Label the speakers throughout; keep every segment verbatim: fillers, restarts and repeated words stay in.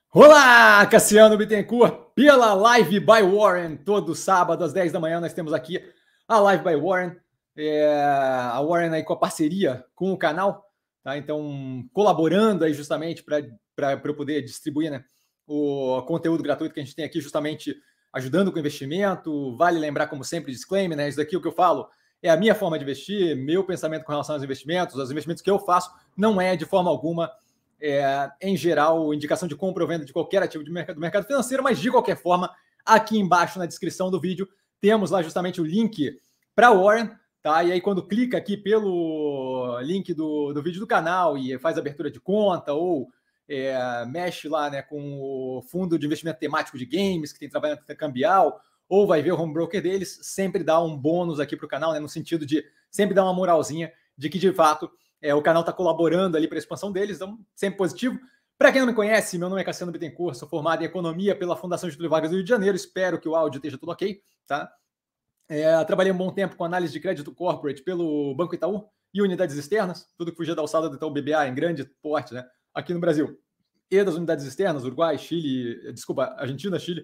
Speaker 1: Olá, Cassiano Bittencourt, pela Live by Warren. Todo sábado às dez da manhã nós temos aqui a Live by Warren. É, a Warren aí com a parceria com o canal, tá? Então, colaborando aí justamente para eu poder distribuir, né, o conteúdo gratuito que a gente tem aqui, justamente ajudando com o investimento. Vale lembrar, como sempre, disclaimer, né? Isso daqui o que eu falo é a minha forma de investir, meu pensamento com relação aos investimentos. Os investimentos que eu faço não é de forma alguma É, em geral, indicação de compra ou venda de qualquer ativo de mercado, do mercado financeiro, mas de qualquer forma, aqui embaixo na descrição do vídeo, temos lá justamente o link para o Warren, tá? E aí, quando clica aqui pelo link do, do vídeo do canal e faz abertura de conta ou é, mexe lá, né, com o fundo de investimento temático de games, que tem trabalhando cambial, ou vai ver o home broker deles, sempre dá um bônus aqui para o canal, né, no sentido de sempre dar uma moralzinha de que, de fato, É, o canal está colaborando ali para a expansão deles, então sempre positivo. Para quem não me conhece, meu nome é Cassiano Bittencourt, sou formado em Economia pela Fundação Getúlio Vargas do Rio de Janeiro, espero que o áudio esteja tudo ok, tá? É, trabalhei um bom tempo com análise de crédito corporate pelo Banco Itaú e unidades externas, tudo que fugia da alçada do Itaú B B A em grande porte, né, aqui no Brasil. E das unidades externas, Uruguai, Chile, desculpa, Argentina, Chile,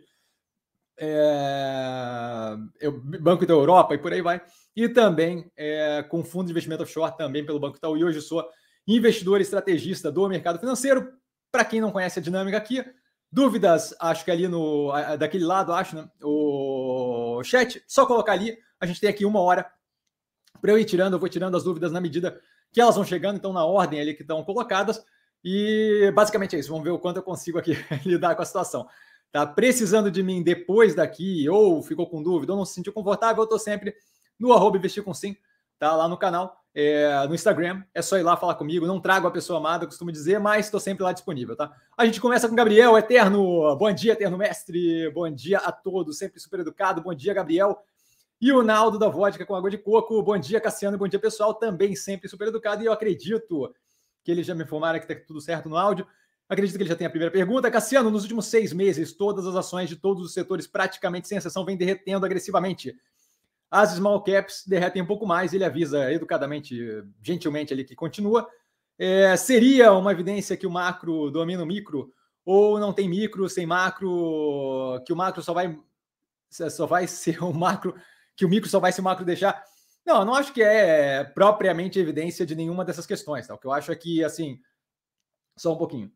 Speaker 1: é, Banco da Europa e por aí vai. E também é, com fundo de investimento offshore também pelo Banco Itaú. E hoje sou investidor e estrategista do mercado financeiro. Para quem não conhece a dinâmica aqui, dúvidas, acho que ali no daquele lado, acho, né? O chat, só colocar ali. A gente tem aqui uma hora para eu ir tirando, eu vou tirando as dúvidas na medida que elas vão chegando, então na ordem ali que estão colocadas. E basicamente é isso. Vamos ver o quanto eu consigo aqui lidar com a situação. Tá precisando de mim depois daqui, ou ficou com dúvida, ou não se sentiu confortável, eu estou sempre no arroba investir com sim, tá lá no canal, é, no Instagram, é só ir lá falar comigo, não trago a pessoa amada, costumo dizer, mas estou sempre lá disponível, tá? A gente começa com o Gabriel, Eterno, bom dia, Eterno Mestre, bom dia a todos, sempre super educado, bom dia, Gabriel, e o Naldo da Vodka com água de coco, bom dia, Cassiano, bom dia, pessoal, também sempre super educado, e eu acredito que eles já me informaram que está tudo certo no áudio. Acredito que ele já tem a primeira pergunta. Cassiano, nos últimos seis meses, todas as ações de todos os setores, praticamente sem exceção, vêm derretendo agressivamente. As small caps derretem um pouco mais. Ele avisa educadamente, gentilmente, ali que continua. É, seria uma evidência que o macro domina o micro? Ou não tem micro sem macro? Que o macro só vai, só vai ser o macro, que o micro só vai se o macro deixar? Não, eu não acho que é propriamente evidência de nenhuma dessas questões. Tá? O que eu acho é que, assim, só um pouquinho.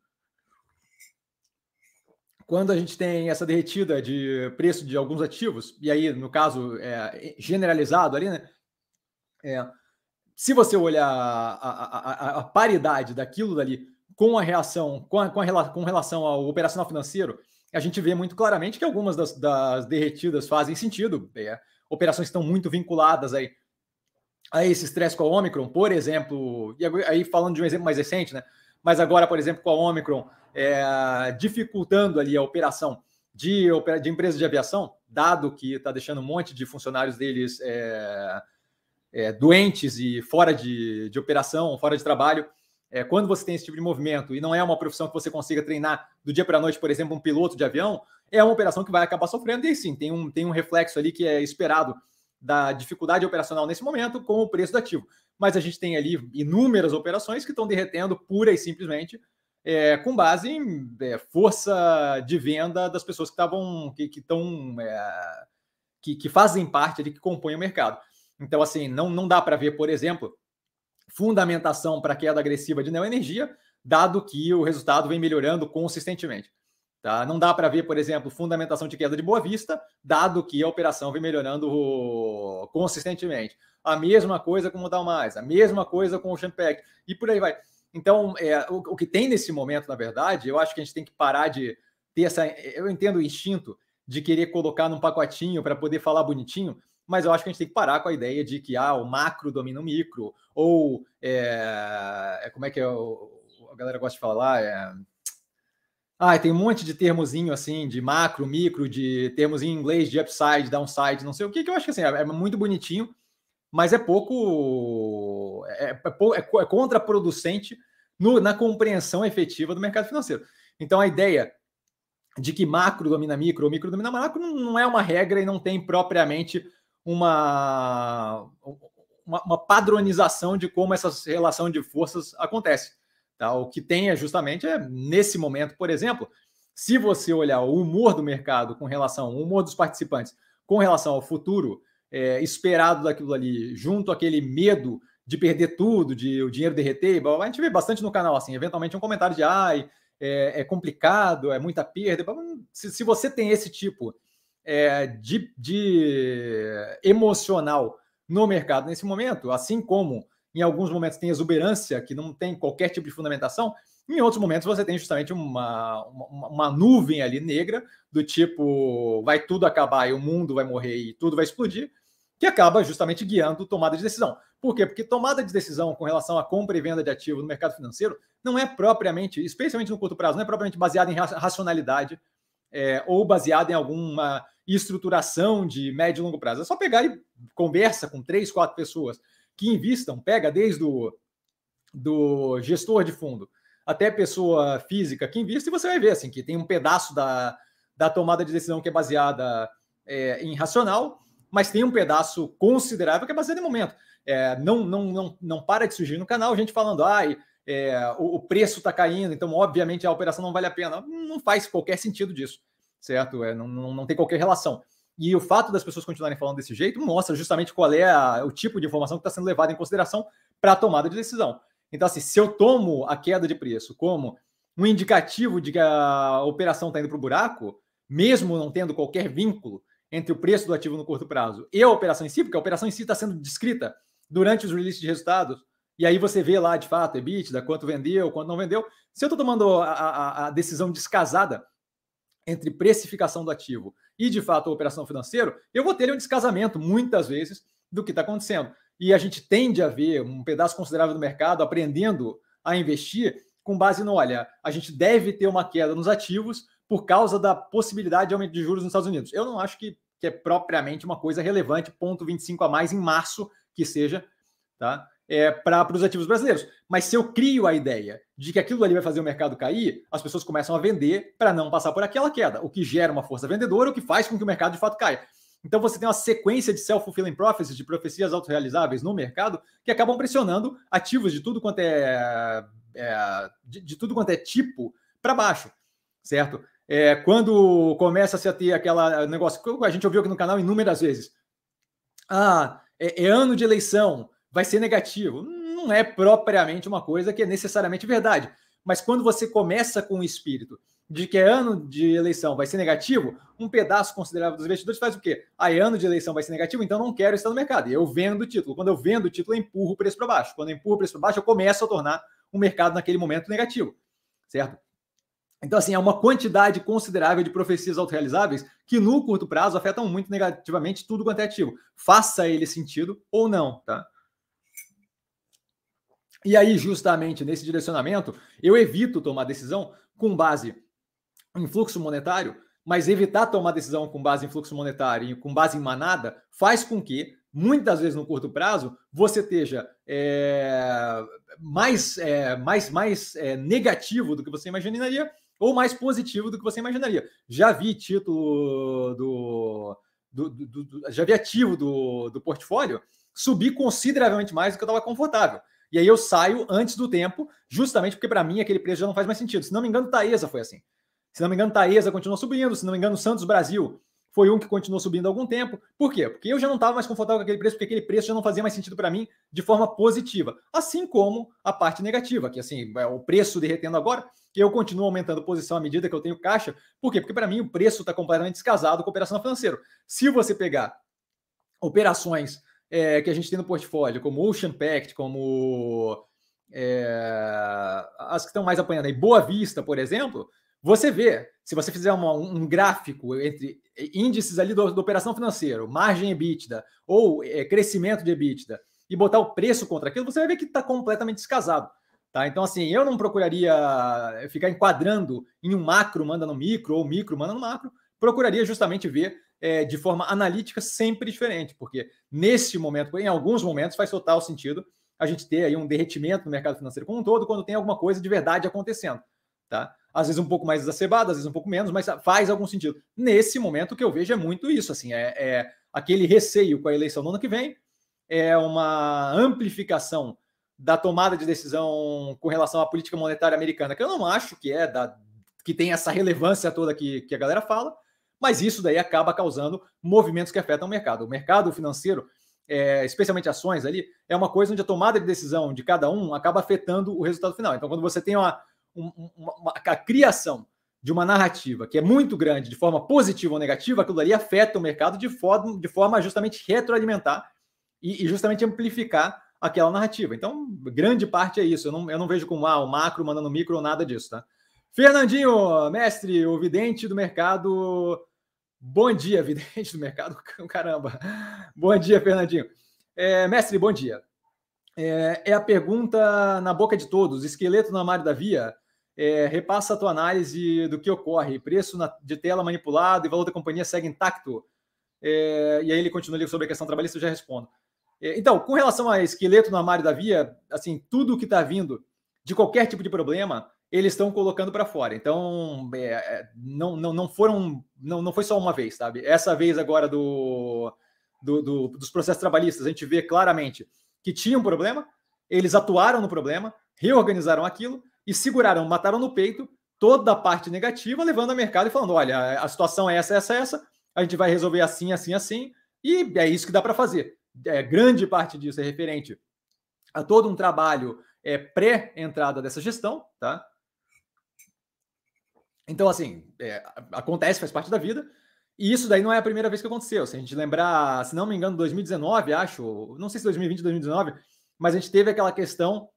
Speaker 1: Quando a gente tem essa derretida de preço de alguns ativos, e aí, no caso, é, generalizado ali, né? É, se você olhar a, a, a, a paridade daquilo dali com a reação, com, a, com, a, com relação ao operacional financeiro, a gente vê muito claramente que algumas das, das derretidas fazem sentido. É, operações que estão muito vinculadas aí a esse estresse com a Omicron, por exemplo, e aí falando de um exemplo mais recente, né? Mas agora, por exemplo, com a Omicron, é, dificultando ali a operação de, de empresas de aviação, dado que está deixando um monte de funcionários deles é, é, doentes e fora de, de operação, fora de trabalho. É, quando você tem esse tipo de movimento e não é uma profissão que você consiga treinar do dia para a noite, por exemplo, um piloto de avião, é uma operação que vai acabar sofrendo e sim, tem um, tem um reflexo ali que é esperado da dificuldade operacional nesse momento com o preço do ativo. Mas a gente tem ali inúmeras operações que estão derretendo pura e simplesmente é, com base em é, força de venda das pessoas que estavam que estão é, que, que fazem parte ali, que compõem o mercado. Então, assim, não, não dá para ver, por exemplo, fundamentação para a queda agressiva de neoenergia, dado que o resultado vem melhorando consistentemente. Tá? Não dá para ver, por exemplo, fundamentação de queda de Boa Vista, dado que a operação vem melhorando consistentemente. A mesma coisa com o Modal Mais, a mesma coisa com o Champagne, e por aí vai. Então, é, o, o que tem nesse momento, na verdade, eu acho que a gente tem que parar de ter essa... Eu entendo o instinto de querer colocar num pacotinho para poder falar bonitinho, mas eu acho que a gente tem que parar com a ideia de que ah, o macro domina o micro, ou é, é, como é que é, a galera gosta de falar, é... Ah, tem um monte de termozinho assim, de macro, micro, de termos em inglês, de upside, downside, não sei o que, que eu acho que assim, é, é muito bonitinho, mas é pouco. É, é, é contraproducente no, na compreensão efetiva do mercado financeiro. Então a ideia de que macro domina micro ou micro domina macro não é uma regra e não tem propriamente uma, uma, uma padronização de como essa relação de forças acontece. Tá? O que tem é justamente, é, nesse momento, por exemplo, se você olhar o humor do mercado com relação, o humor dos participantes com relação ao futuro é, esperado daquilo ali, junto àquele medo de perder tudo, de o dinheiro derreter, a gente vê bastante no canal, assim, eventualmente um comentário de ai, é, é complicado, é muita perda. Se, se você tem esse tipo é, de, de emocional no mercado nesse momento, assim como em alguns momentos tem exuberância, que não tem qualquer tipo de fundamentação, em outros momentos você tem justamente uma, uma, uma nuvem ali negra, do tipo, vai tudo acabar e o mundo vai morrer e tudo vai explodir, que acaba justamente guiando tomada de decisão. Por quê? Porque tomada de decisão com relação à compra e venda de ativo no mercado financeiro não é propriamente, especialmente no curto prazo, não é propriamente baseada em racionalidade é, ou baseada em alguma estruturação de médio e longo prazo. É só pegar e conversa com três, quatro pessoas que investam, pega desde o do gestor de fundo até pessoa física que investe, e você vai ver assim, que tem um pedaço da, da tomada de decisão que é baseada é, em racional, mas tem um pedaço considerável que é baseado em momento. É, não, não, não, não para de surgir no canal gente falando, ai, é, o, o preço está caindo, então obviamente a operação não vale a pena. Não faz qualquer sentido disso, certo? É, não, não, não tem qualquer relação. E o fato das pessoas continuarem falando desse jeito mostra justamente qual é a, o tipo de informação que está sendo levada em consideração para a tomada de decisão. Então, assim, se eu tomo a queda de preço como um indicativo de que a operação está indo para o buraco, mesmo não tendo qualquer vínculo entre o preço do ativo no curto prazo e a operação em si, porque a operação em si está sendo descrita durante os releases de resultados, e aí você vê lá, de fato, EBITDA, quanto vendeu, quanto não vendeu. Se eu estou tomando a, a, a decisão descasada entre precificação do ativo e, de fato, a operação financeira, eu vou ter um descasamento, muitas vezes, do que está acontecendo. E a gente tende a ver um pedaço considerável do mercado aprendendo a investir com base no, olha, a gente deve ter uma queda nos ativos por causa da possibilidade de aumento de juros nos Estados Unidos. Eu não acho que, que é propriamente uma coisa relevante, ponto vinte e cinco a mais em março, que seja, tá? É, para os ativos brasileiros. Mas se eu crio a ideia de que aquilo ali vai fazer o mercado cair, as pessoas começam a vender para não passar por aquela queda, o que gera uma força vendedora, o que faz com que o mercado de fato caia. Então você tem uma sequência de self-fulfilling prophecies, de profecias autorrealizáveis no mercado, que acabam pressionando ativos de tudo quanto é, é de, de tudo quanto é tipo para baixo, certo? É, quando começa-se a ter aquela negócio que a gente ouviu aqui no canal inúmeras vezes, ah, é, é ano de eleição, vai ser negativo. Não é propriamente uma coisa que é necessariamente verdade, mas quando você começa com o espírito de que é ano de eleição vai ser negativo, um pedaço considerável dos investidores faz o quê? Ah, é ano de eleição vai ser negativo, então não quero estar no mercado. E eu vendo o título. Quando eu vendo o título, eu empurro o preço para baixo. Quando eu empurro o preço para baixo, eu começo a tornar o mercado naquele momento negativo, certo? Então, assim, é uma quantidade considerável de profecias autorrealizáveis que no curto prazo afetam muito negativamente tudo quanto é ativo. Faça ele sentido ou não, tá? E aí, justamente nesse direcionamento, eu evito tomar decisão com base em fluxo monetário, mas evitar tomar decisão com base em fluxo monetário e com base em manada faz com que, muitas vezes no curto prazo, você esteja é, mais, é, mais, mais é, negativo do que você imaginaria ou mais positivo do que você imaginaria. Já vi título do... do, do, do já vi ativo do, do portfólio subir consideravelmente mais do que eu estava confortável. E aí eu saio antes do tempo, justamente porque para mim aquele preço já não faz mais sentido. Se não me engano, Taesa foi assim. Se não me engano, Taesa continuou subindo. Se não me engano, Santos Brasil foi um que continuou subindo há algum tempo. Por quê? Porque eu já não estava mais confortável com aquele preço, porque aquele preço já não fazia mais sentido para mim de forma positiva. Assim como a parte negativa, que assim, é o preço derretendo agora, que eu continuo aumentando posição à medida que eu tenho caixa. Por quê? Porque para mim o preço está completamente descasado com a operação financeira. Se você pegar operações é, que a gente tem no portfólio, como Ocean Pact, como é, as que estão mais apanhando aí, Boa Vista, por exemplo, você vê, se você fizer uma, um gráfico entre índices ali da operação financeira, margem EBITDA ou é, crescimento de EBITDA, e botar o preço contra aquilo, você vai ver que está completamente descasado. Tá? Então, assim, eu não procuraria ficar enquadrando em um macro manda no micro ou micro manda no macro, procuraria justamente ver é, de forma analítica sempre diferente, porque nesse momento, em alguns momentos, faz total sentido a gente ter aí um derretimento no mercado financeiro como um todo quando tem alguma coisa de verdade acontecendo. Tá? Às vezes um pouco mais exacerbado, às vezes um pouco menos, mas faz algum sentido. Nesse momento, o que eu vejo é muito isso, assim, é, é aquele receio com a eleição no ano que vem, é uma amplificação da tomada de decisão com relação à política monetária americana, que eu não acho que é da que tem essa relevância toda que, que a galera fala, mas isso daí acaba causando movimentos que afetam o mercado. O mercado financeiro, é, especialmente ações ali, é uma coisa onde a tomada de decisão de cada um acaba afetando o resultado final. Então, quando você tem uma, uma, uma, a criação de uma narrativa que é muito grande, de forma positiva ou negativa, aquilo ali afeta o mercado de forma, de forma a justamente retroalimentar e, e justamente amplificar aquela narrativa. Então, grande parte é isso. Eu não, eu não vejo como ah, o macro mandando micro ou nada disso, tá? Fernandinho, mestre, o vidente do mercado. Bom dia, vidente do mercado. Caramba. Bom dia, Fernandinho. É, mestre, bom dia. É, é a pergunta na boca de todos. Esqueleto no armário da Via. É, repassa a tua análise do que ocorre. Preço na, de tela manipulado e valor da companhia segue intacto. É, e aí ele continua ali sobre a questão trabalhista, eu já respondo. É, então, com relação a esqueleto no armário da Via, assim, tudo que está vindo de qualquer tipo de problema, eles estão colocando para fora. Então, é, não, não, não foram, não, não foi só uma vez, sabe? Essa vez agora do, do, do, dos processos trabalhistas, a gente vê claramente que tinha um problema, eles atuaram no problema, reorganizaram aquilo, e seguraram, mataram no peito toda a parte negativa, levando ao mercado e falando, olha, a situação é essa, essa, essa, a gente vai resolver assim, assim, assim, e é isso que dá para fazer. É, grande parte disso é referente a todo um trabalho é, pré-entrada dessa gestão, tá? Então, assim, é, acontece, faz parte da vida, e isso daí não é a primeira vez que aconteceu. Se a gente lembrar, se não me engano, dois mil e dezenove, acho, não sei se dois mil e vinte, dois mil e dezenove, mas a gente teve aquela questão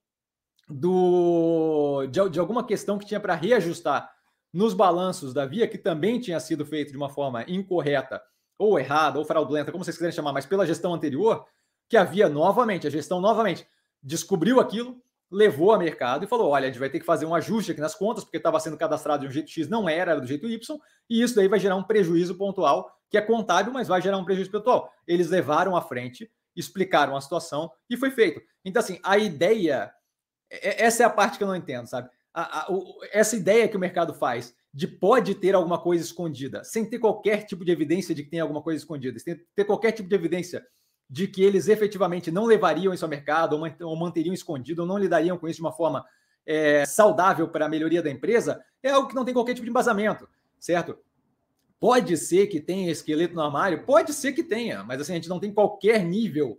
Speaker 1: do, de, de alguma questão que tinha para reajustar nos balanços da Via, que também tinha sido feito de uma forma incorreta, ou errada, ou fraudulenta, como vocês quiserem chamar, mas pela gestão anterior, que a Via novamente, a gestão novamente, descobriu aquilo, levou a mercado e falou, olha, a gente vai ter que fazer um ajuste aqui nas contas, porque estava sendo cadastrado de um jeito X, não era, era do jeito Y, e isso daí vai gerar um prejuízo pontual, que é contábil, mas vai gerar um prejuízo pontual. Eles levaram à frente, explicaram a situação, e foi feito. Então, assim, a ideia... Essa é a parte que eu não entendo, sabe? A, a, o, essa ideia que o mercado faz de pode ter alguma coisa escondida, sem ter qualquer tipo de evidência de que tem alguma coisa escondida, sem ter qualquer tipo de evidência de que eles efetivamente não levariam isso ao mercado, ou, ou manteriam escondido, ou não lidariam com isso de uma forma é, saudável para a melhoria da empresa, é algo que não tem qualquer tipo de embasamento, certo? Pode ser que tenha esqueleto no armário, pode ser que tenha, mas assim, a gente não tem qualquer nível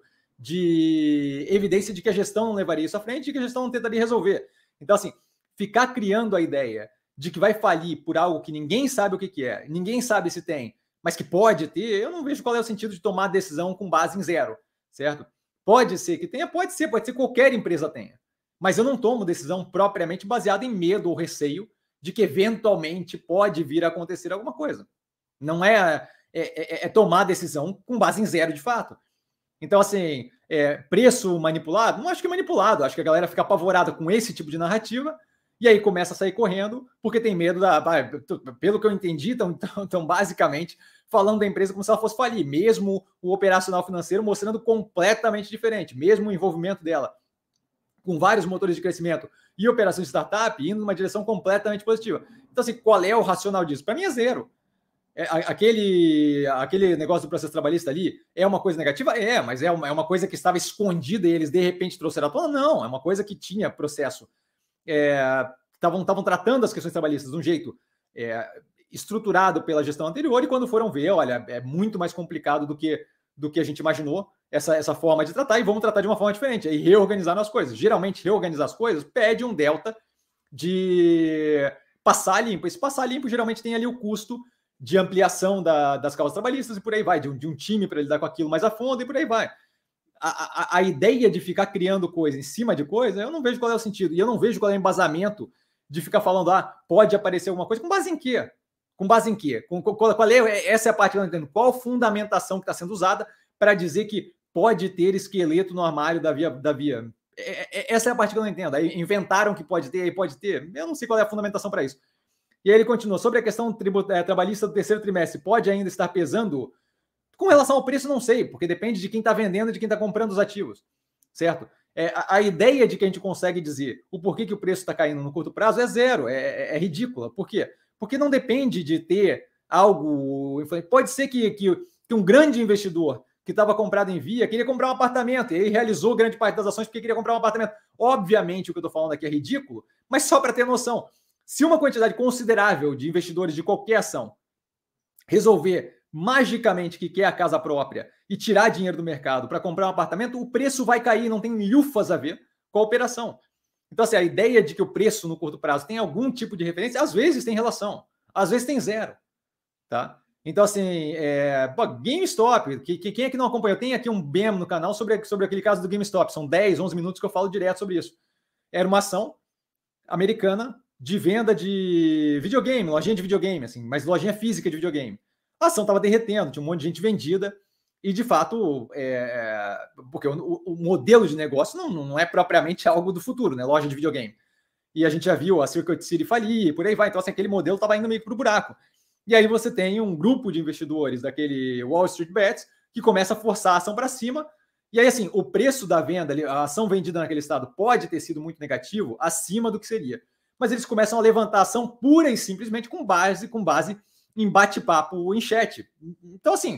Speaker 1: de evidência de que a gestão não levaria isso à frente e que a gestão não tentaria resolver. Então, assim, ficar criando a ideia de que vai falir por algo que ninguém sabe o que, que é, ninguém sabe se tem, mas que pode ter, eu não vejo qual é o sentido de tomar decisão com base em zero, certo? Pode ser que tenha, pode ser, pode ser qualquer empresa tenha, mas eu não tomo decisão propriamente baseada em medo ou receio de que eventualmente pode vir a acontecer alguma coisa. Não é, é, é, é tomar decisão com base em zero de fato. Então, assim, é, preço manipulado? Não acho que é manipulado. Acho que a galera fica apavorada com esse tipo de narrativa e aí começa a sair correndo porque tem medo da... Pelo que eu entendi, estão tão, basicamente falando da empresa como se ela fosse falir, mesmo o operacional financeiro mostrando completamente diferente, mesmo o envolvimento dela com vários motores de crescimento e operações de startup indo numa direção completamente positiva. Então, assim, qual é o racional disso? Para mim é zero. É, aquele, aquele negócio do processo trabalhista ali é uma coisa negativa? É, mas é uma, é uma coisa que estava escondida e eles de repente trouxeram à tona? Não, é uma coisa que tinha processo. Estavam é, tratando as questões trabalhistas de um jeito é, estruturado pela gestão anterior e quando foram ver, olha, é muito mais complicado do que, do que a gente imaginou essa, essa forma de tratar e vamos tratar de uma forma diferente, aí reorganizar as coisas. Geralmente, reorganizar as coisas pede um delta de passar limpo. Esse passar limpo geralmente tem ali o custo de ampliação da, das causas trabalhistas e por aí vai, de um, de um time para lidar com aquilo mais a fundo e por aí vai. A, a, a ideia de ficar criando coisa em cima de coisa, eu não vejo qual é o sentido. E eu não vejo qual é o embasamento de ficar falando, ah, pode aparecer alguma coisa. Com base em quê? Com base em quê? Com, qual, qual é, essa é a parte que eu não entendo. Qual fundamentação que está sendo usada para dizer que pode ter esqueleto no armário da Via? Da via? É, é, essa é a parte que eu não entendo. Aí inventaram que pode ter, aí pode ter. Eu não sei qual é a fundamentação para isso. E aí ele continua, sobre a questão tribu- é, trabalhista do terceiro trimestre, pode ainda estar pesando? Com relação ao preço, não sei, porque depende de quem está vendendo e de quem está comprando os ativos, certo? É, a, a ideia de que a gente consegue dizer o porquê que o preço está caindo no curto prazo é zero, é, é, é ridícula. Por quê? Porque não depende de ter algo... Pode ser que, que, que um grande investidor que estava comprado em Via queria comprar um apartamento, e ele realizou grande parte das ações porque queria comprar um apartamento. Obviamente, o que eu estou falando aqui é ridículo, mas só para ter noção. Se uma quantidade considerável de investidores de qualquer ação resolver magicamente que quer a casa própria e tirar dinheiro do mercado para comprar um apartamento, o preço vai cair, não tem lufas a ver com a operação. Então, assim, a ideia de que o preço no curto prazo tem algum tipo de referência, às vezes tem relação, às vezes tem zero, tá? Então, assim, é, pô, GameStop, que, que, quem é que não acompanhou? Tem aqui um B E M no canal sobre, sobre aquele caso do GameStop, são dez, onze minutos que eu falo direto sobre isso. Era uma ação americana de venda de videogame, lojinha de videogame, assim, mas lojinha física de videogame. A ação estava derretendo, tinha um monte de gente vendida, e de fato, é, porque o, o modelo de negócio não, não é propriamente algo do futuro, né? Loja de videogame. E a gente já viu a Circuit City falir, e por aí vai. Então, assim, aquele modelo estava indo meio para o buraco. E aí você tem um grupo de investidores daquele Wall Street Bets que começa a forçar a ação para cima. E aí, assim, o preço da venda, a ação vendida naquele estado pode ter sido muito negativo, acima do que seria. Mas eles começam a levantar a ação pura e simplesmente com base, com base em bate-papo em chat. Então, assim,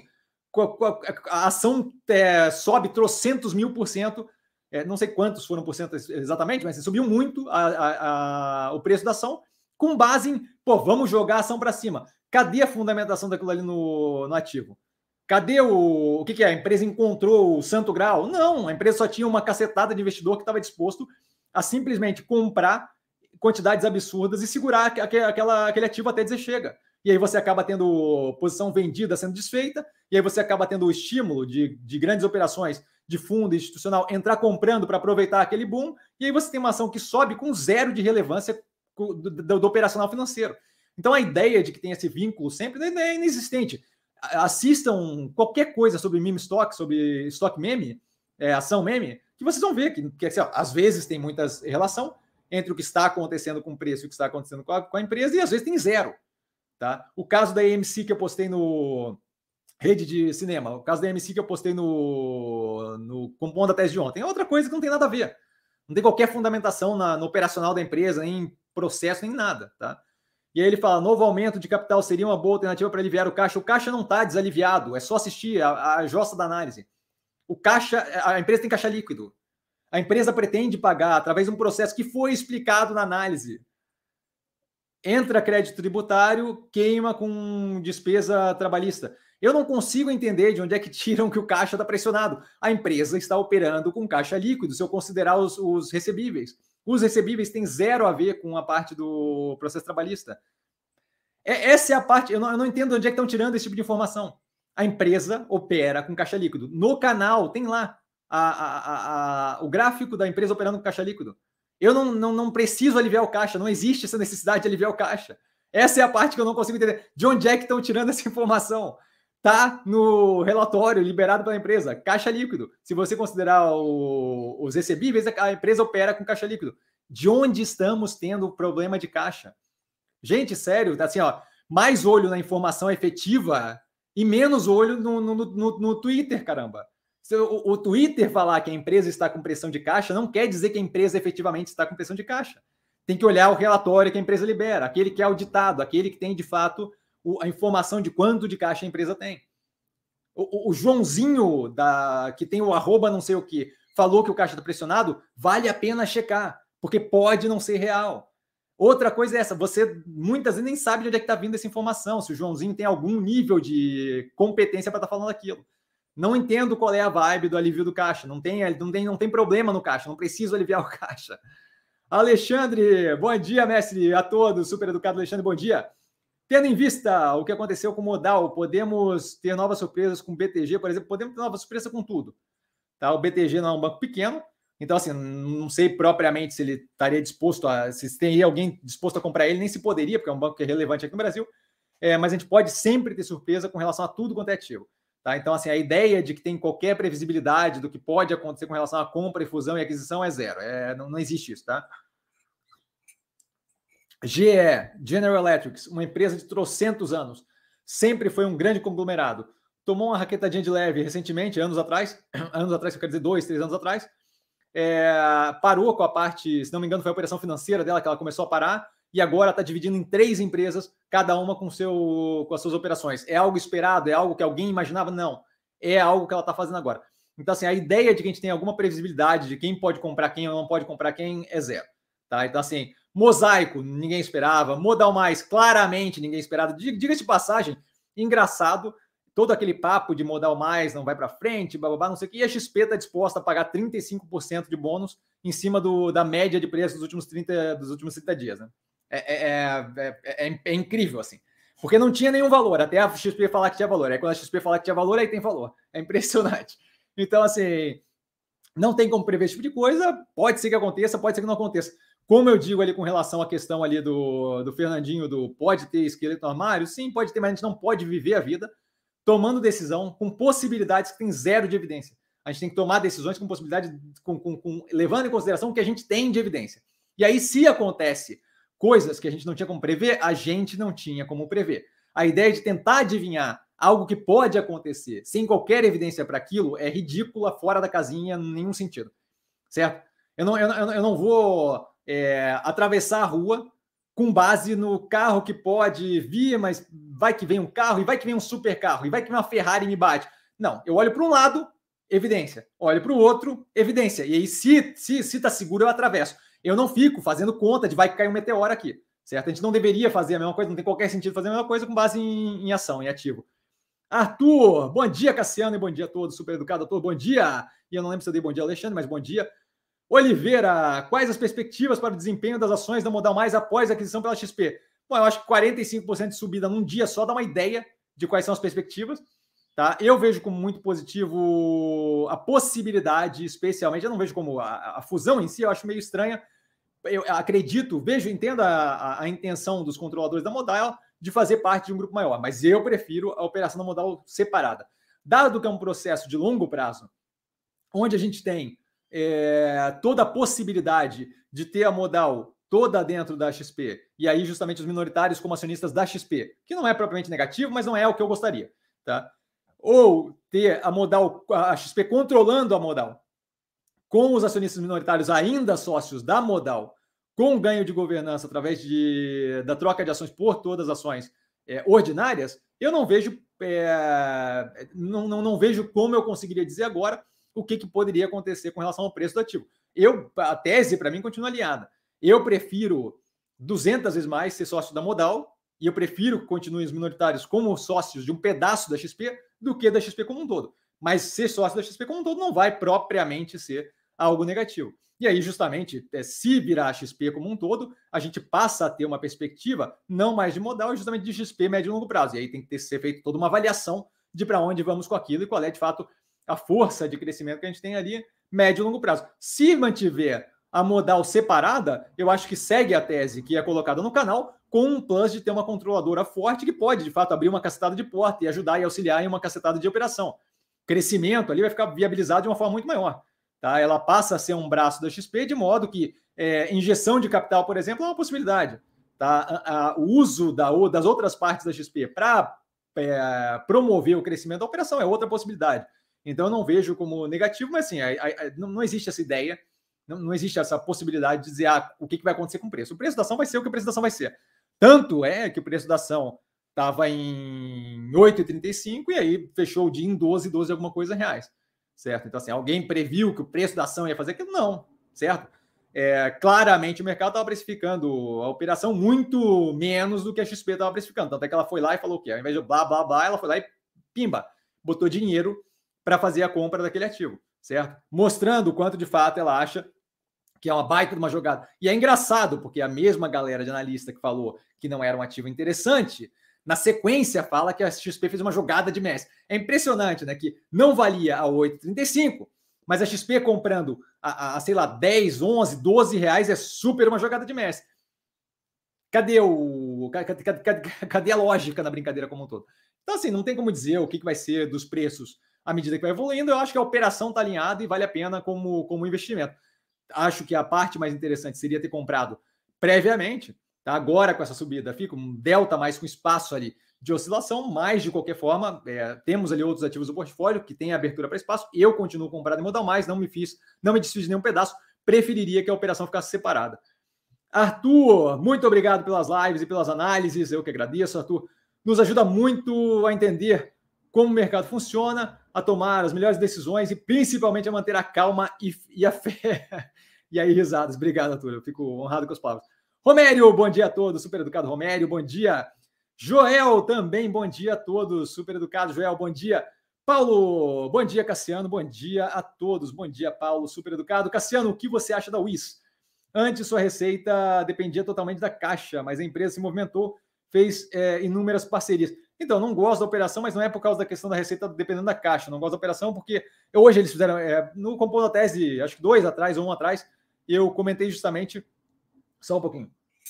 Speaker 1: a ação é, sobe trocentos mil por cento, é, não sei quantos foram por cento exatamente, mas subiu muito a, a, a, o preço da ação, com base em, pô, vamos jogar a ação para cima. Cadê a fundamentação daquilo ali no, no ativo? Cadê o... O que, que é? A empresa encontrou o santo grau? Não, a empresa só tinha uma cacetada de investidor que estava disposto a simplesmente comprar quantidades absurdas e segurar aquela, aquele ativo até dizer chega. E aí você acaba tendo posição vendida sendo desfeita, e aí você acaba tendo o estímulo de, de grandes operações de fundo institucional entrar comprando para aproveitar aquele boom, e aí você tem uma ação que sobe com zero de relevância do, do, do operacional financeiro. Então a ideia de que tem esse vínculo sempre é inexistente. Assistam qualquer coisa sobre meme stock, sobre stock meme, é, ação meme, que vocês vão ver que, que assim, ó, às vezes tem muita relação entre o que está acontecendo com o preço e o que está acontecendo com a, com a empresa, e às vezes tem zero. Tá? O caso da A M C que eu postei no Rede de Cinema, o caso da A M C que eu postei no, no Compondo a Tese de ontem, é outra coisa que não tem nada a ver. Não tem qualquer fundamentação na, no operacional da empresa, nem processo, nem nada. Tá? E aí ele fala, novo aumento de capital seria uma boa alternativa para aliviar o caixa. O caixa não está desaliviado, é só assistir a, a jossa da análise. O caixa, a empresa tem caixa líquido. A empresa pretende pagar através de um processo que foi explicado na análise. Entra crédito tributário, queima com despesa trabalhista. Eu não consigo entender de onde é que tiram que o caixa está pressionado. A empresa está operando com caixa líquido, se eu considerar os, os recebíveis. Os recebíveis têm zero a ver com a parte do processo trabalhista. É, essa é a parte, eu não, eu não entendo onde é que estão tirando esse tipo de informação. A empresa opera com caixa líquido. No canal tem lá a, a, a, a, o gráfico da empresa operando com caixa líquido. Eu não, não, não preciso aliviar o caixa, não existe essa necessidade de aliviar o caixa. Essa é a parte que eu não consigo entender. De onde é que estão tirando essa informação? Tá no relatório liberado pela empresa, caixa líquido. Se você considerar o, os recebíveis, a empresa opera com caixa líquido. De onde estamos tendo problema de caixa? Gente, sério, tá assim, ó, mais olho na informação efetiva e menos olho no, no, no, no Twitter, caramba. Se o, o Twitter falar que a empresa está com pressão de caixa, não quer dizer que a empresa efetivamente está com pressão de caixa. Tem que olhar o relatório que a empresa libera, aquele que é auditado, aquele que tem, de fato, o, a informação de quanto de caixa a empresa tem. O, o, o Joãozinho, da, que tem o arroba não sei o que, falou que o caixa está pressionado, vale a pena checar, porque pode não ser real. Outra coisa é essa, você muitas vezes nem sabe de onde é que está vindo essa informação, se o Joãozinho tem algum nível de competência para estar tá falando aquilo. Não entendo qual é a vibe do alívio do caixa. Não tem, não tem, não tem problema no caixa. Não preciso aliviar o caixa. Alexandre, bom dia, mestre, a todos. Super educado, Alexandre, bom dia. Tendo em vista o que aconteceu com o Modal, podemos ter novas surpresas com o B T G, por exemplo, podemos ter novas surpresas com tudo. Tá? O B T G não é um banco pequeno, então, assim, não sei propriamente se ele estaria disposto a... Se teria alguém disposto a comprar ele, nem se poderia, porque é um banco que é relevante aqui no Brasil. É, mas a gente pode sempre ter surpresa com relação a tudo quanto é ativo. Tá? Então, assim, a ideia de que tem qualquer previsibilidade do que pode acontecer com relação à compra e fusão e aquisição é zero. É, não, não existe isso, tá? G E, General Electric, uma empresa de trocentos anos, sempre foi um grande conglomerado. Tomou uma raquetadinha de leve recentemente, anos atrás, anos atrás, eu quero dizer dois, três anos atrás, é, parou com a parte, se não me engano, foi a operação financeira dela que ela começou a parar, e agora está dividindo em três empresas, cada uma com, seu, com as suas operações. É algo esperado? É algo que alguém imaginava? Não. É algo que ela está fazendo agora. Então, assim, a ideia de que a gente tem alguma previsibilidade de quem pode comprar quem ou não pode comprar quem é zero. Tá? Então, assim, Mosaico, ninguém esperava. Modal Mais, claramente ninguém esperava. Diga-se de passagem, engraçado, todo aquele papo de Modal Mais não vai para frente, blá, blá, blá, não sei o que, e a X P está disposta a pagar trinta e cinco por cento de bônus em cima do, da média de preço dos últimos trinta, dos últimos trinta dias. Né? É, é, é, é, é incrível, assim. Porque não tinha nenhum valor, até a X P falar que tinha valor. Aí quando a X P falar que tinha valor, aí tem valor. É impressionante. Então, assim, não tem como prever esse tipo de coisa. Pode ser que aconteça, pode ser que não aconteça. Como eu digo ali com relação à questão ali do, do Fernandinho, do pode ter esqueleto no armário? Sim, pode ter, mas a gente não pode viver a vida tomando decisão com possibilidades que tem zero de evidência. A gente tem que tomar decisões com possibilidade, com, com, com, levando em consideração o que a gente tem de evidência. E aí, se acontece coisas que a gente não tinha como prever, a gente não tinha como prever. A ideia de tentar adivinhar algo que pode acontecer sem qualquer evidência para aquilo é ridícula, fora da casinha, em nenhum sentido. Certo? Eu não, eu não, eu não vou é, atravessar a rua com base no carro que pode vir, mas vai que vem um carro, e vai que vem um super carro, e vai que vem uma Ferrari e me bate. Não, eu olho para um lado, evidência. Olho para o outro, evidência. E aí, se se se está seguro, eu atravesso. Eu não fico fazendo conta de vai cair um meteoro aqui, certo? A gente não deveria fazer a mesma coisa, não tem qualquer sentido fazer a mesma coisa com base em, em ação, em ativo. Arthur, bom dia, Cassiano, e bom dia a todos, super educado a todos, bom dia. E eu não lembro se eu dei bom dia ao Alexandre, mas bom dia. Oliveira, quais as perspectivas para o desempenho das ações da Modal Mais após a aquisição pela X P? Bom, eu acho que quarenta e cinco por cento de subida num dia só dá uma ideia de quais são as perspectivas. Tá? Eu vejo como muito positivo a possibilidade, especialmente, eu não vejo como a, a fusão em si, eu acho meio estranha. Eu acredito, vejo, entendo a, a, a intenção dos controladores da Modal de fazer parte de um grupo maior, mas eu prefiro a operação da Modal separada. Dado que é um processo de longo prazo, onde a gente tem é, toda a possibilidade de ter a Modal toda dentro da X P, e aí justamente os minoritários como acionistas da X P, que não é propriamente negativo, mas não é o que eu gostaria, tá? Ou ter a Modal, a X P controlando a Modal, com os acionistas minoritários ainda sócios da Modal, com ganho de governança através de, da troca de ações por todas as ações é, ordinárias, eu não vejo, é, não, não, não vejo como eu conseguiria dizer agora o que, que poderia acontecer com relação ao preço do ativo. Eu, a tese, para mim, continua alinhada. Eu prefiro duzentas vezes mais ser sócio da Modal, e eu prefiro que continuem os minoritários como sócios de um pedaço da X P do que da X P como um todo. Mas ser sócio da X P como um todo não vai propriamente ser algo negativo. E aí, justamente, se virar a X P como um todo, a gente passa a ter uma perspectiva não mais de Modal, justamente de X P médio e longo prazo. E aí tem que ter, ser feito toda uma avaliação de para onde vamos com aquilo e qual é, de fato, a força de crescimento que a gente tem ali, médio e longo prazo. Se mantiver a Modal separada, eu acho que segue a tese que é colocada no canal, com um plus de ter uma controladora forte que pode, de fato, abrir uma cacetada de porta e ajudar e auxiliar em uma cacetada de operação. Crescimento ali vai ficar viabilizado de uma forma muito maior. Tá? Ela passa a ser um braço da X P, de modo que é, injeção de capital, por exemplo, é uma possibilidade. Tá? A, a, o uso da, das outras partes da X P para é, promover o crescimento da operação é outra possibilidade. Então, eu não vejo como negativo, mas assim, a, a, não, não existe essa ideia, não, não existe essa possibilidade de dizer ah, o que, que vai acontecer com o preço. O preço da ação vai ser o que o preço da ação vai ser. Tanto é que o preço da ação estava em oito reais e trinta e cinco centavos e aí fechou o dia em doze, doze alguma coisa reais. Certo? Então, assim, alguém previu que o preço da ação ia fazer aquilo? Não, certo? É, claramente o mercado estava precificando a operação muito menos do que a X P estava precificando. Tanto é que ela foi lá e falou o quê? Ao invés de blá, blá, blá, ela foi lá e pimba, botou dinheiro para fazer a compra daquele ativo, certo? Mostrando o quanto de fato ela acha que é uma baita de uma jogada. E é engraçado, porque a mesma galera de analista que falou que não era um ativo interessante, na sequência fala que a X P fez uma jogada de Messi. É impressionante, né? Que não valia a oito reais e trinta e cinco centavos, mas a X P comprando a, a, a, sei lá, dez, onze, doze reais é super uma jogada de Messi. Cadê o. Cadê, cadê, cadê, cadê a lógica na brincadeira como um todo? Então, assim, não tem como dizer o que, que vai ser dos preços à medida que vai evoluindo. Eu acho que a operação está alinhada e vale a pena como, como investimento. Acho que a parte mais interessante seria ter comprado previamente. Tá? Agora, com essa subida, fica um delta mais com espaço ali de oscilação, mas, de qualquer forma, é, temos ali outros ativos do portfólio que têm abertura para espaço. Eu continuo comprado em Modal Mais, não me fiz, não me desfiz de nenhum pedaço. Preferiria que a operação ficasse separada. Arthur, muito obrigado pelas lives e pelas análises. Eu que agradeço, Arthur. Nos ajuda muito a entender como o mercado funciona, a tomar as melhores decisões e, principalmente, a manter a calma e, e a fé. E aí, risadas. Obrigado, Arthur. Eu fico honrado com as palavras. Romério, bom dia a todos, super educado Romério, bom dia. Joel, também bom dia a todos, super educado Joel, bom dia. Paulo, bom dia Cassiano, bom dia a todos, bom dia Paulo, super educado. Cassiano, o que você acha da Wiz? Antes sua receita dependia totalmente da caixa, mas a empresa se movimentou, fez é, inúmeras parcerias. Então, não gosto da operação, mas não é por causa da questão da receita dependendo da caixa. Não gosto da operação porque hoje eles fizeram, é, no Compondo a Tese, acho que dois atrás ou um atrás, eu comentei justamente, só um pouquinho,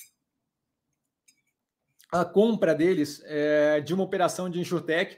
Speaker 1: a compra deles é, de uma operação de InsurTech,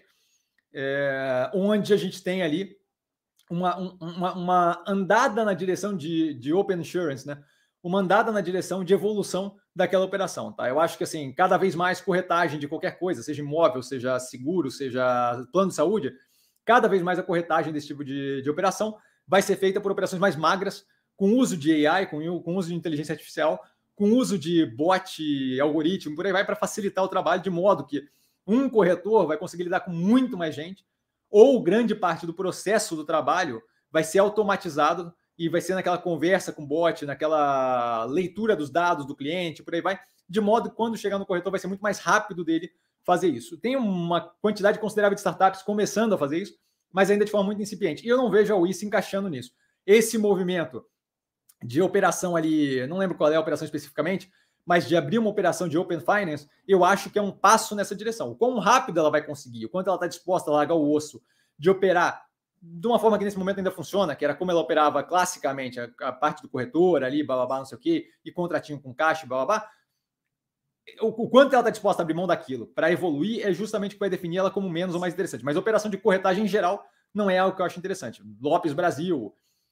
Speaker 1: é, onde a gente tem ali uma, uma, uma andada na direção de, de Open Insurance, né? Uma andada na direção de evolução daquela operação, tá? Eu acho que, assim, cada vez mais corretagem de qualquer coisa, seja imóvel, seja seguro, seja plano de saúde, cada vez mais a corretagem desse tipo de, de operação vai ser feita por operações mais magras, com uso de A I, com, com uso de inteligência artificial, com uso de bot, algoritmo, por aí vai, para facilitar o trabalho, de modo que um corretor vai conseguir lidar com muito mais gente, ou grande parte do processo do trabalho vai ser automatizado e vai ser naquela conversa com o bot, naquela leitura dos dados do cliente, por aí vai, de modo que quando chegar no corretor vai ser muito mais rápido dele fazer isso. Tem uma quantidade considerável de startups começando a fazer isso, mas ainda de forma muito incipiente. E eu não vejo a Wiz se encaixando nisso. Esse movimento de operação ali, não lembro qual é a operação especificamente, mas de abrir uma operação de Open Finance, eu acho que é um passo nessa direção. O quão rápido ela vai conseguir, o quanto ela está disposta a largar o osso de operar de uma forma que nesse momento ainda funciona, que era como ela operava classicamente, a, a parte do corretor ali, blá, não sei o quê, e contratinho com caixa, blá, blá, o, o quanto ela está disposta a abrir mão daquilo para evoluir é justamente o que vai definir ela como menos ou mais interessante. Mas a operação de corretagem em geral não é algo que eu acho interessante. Lopes Brasil,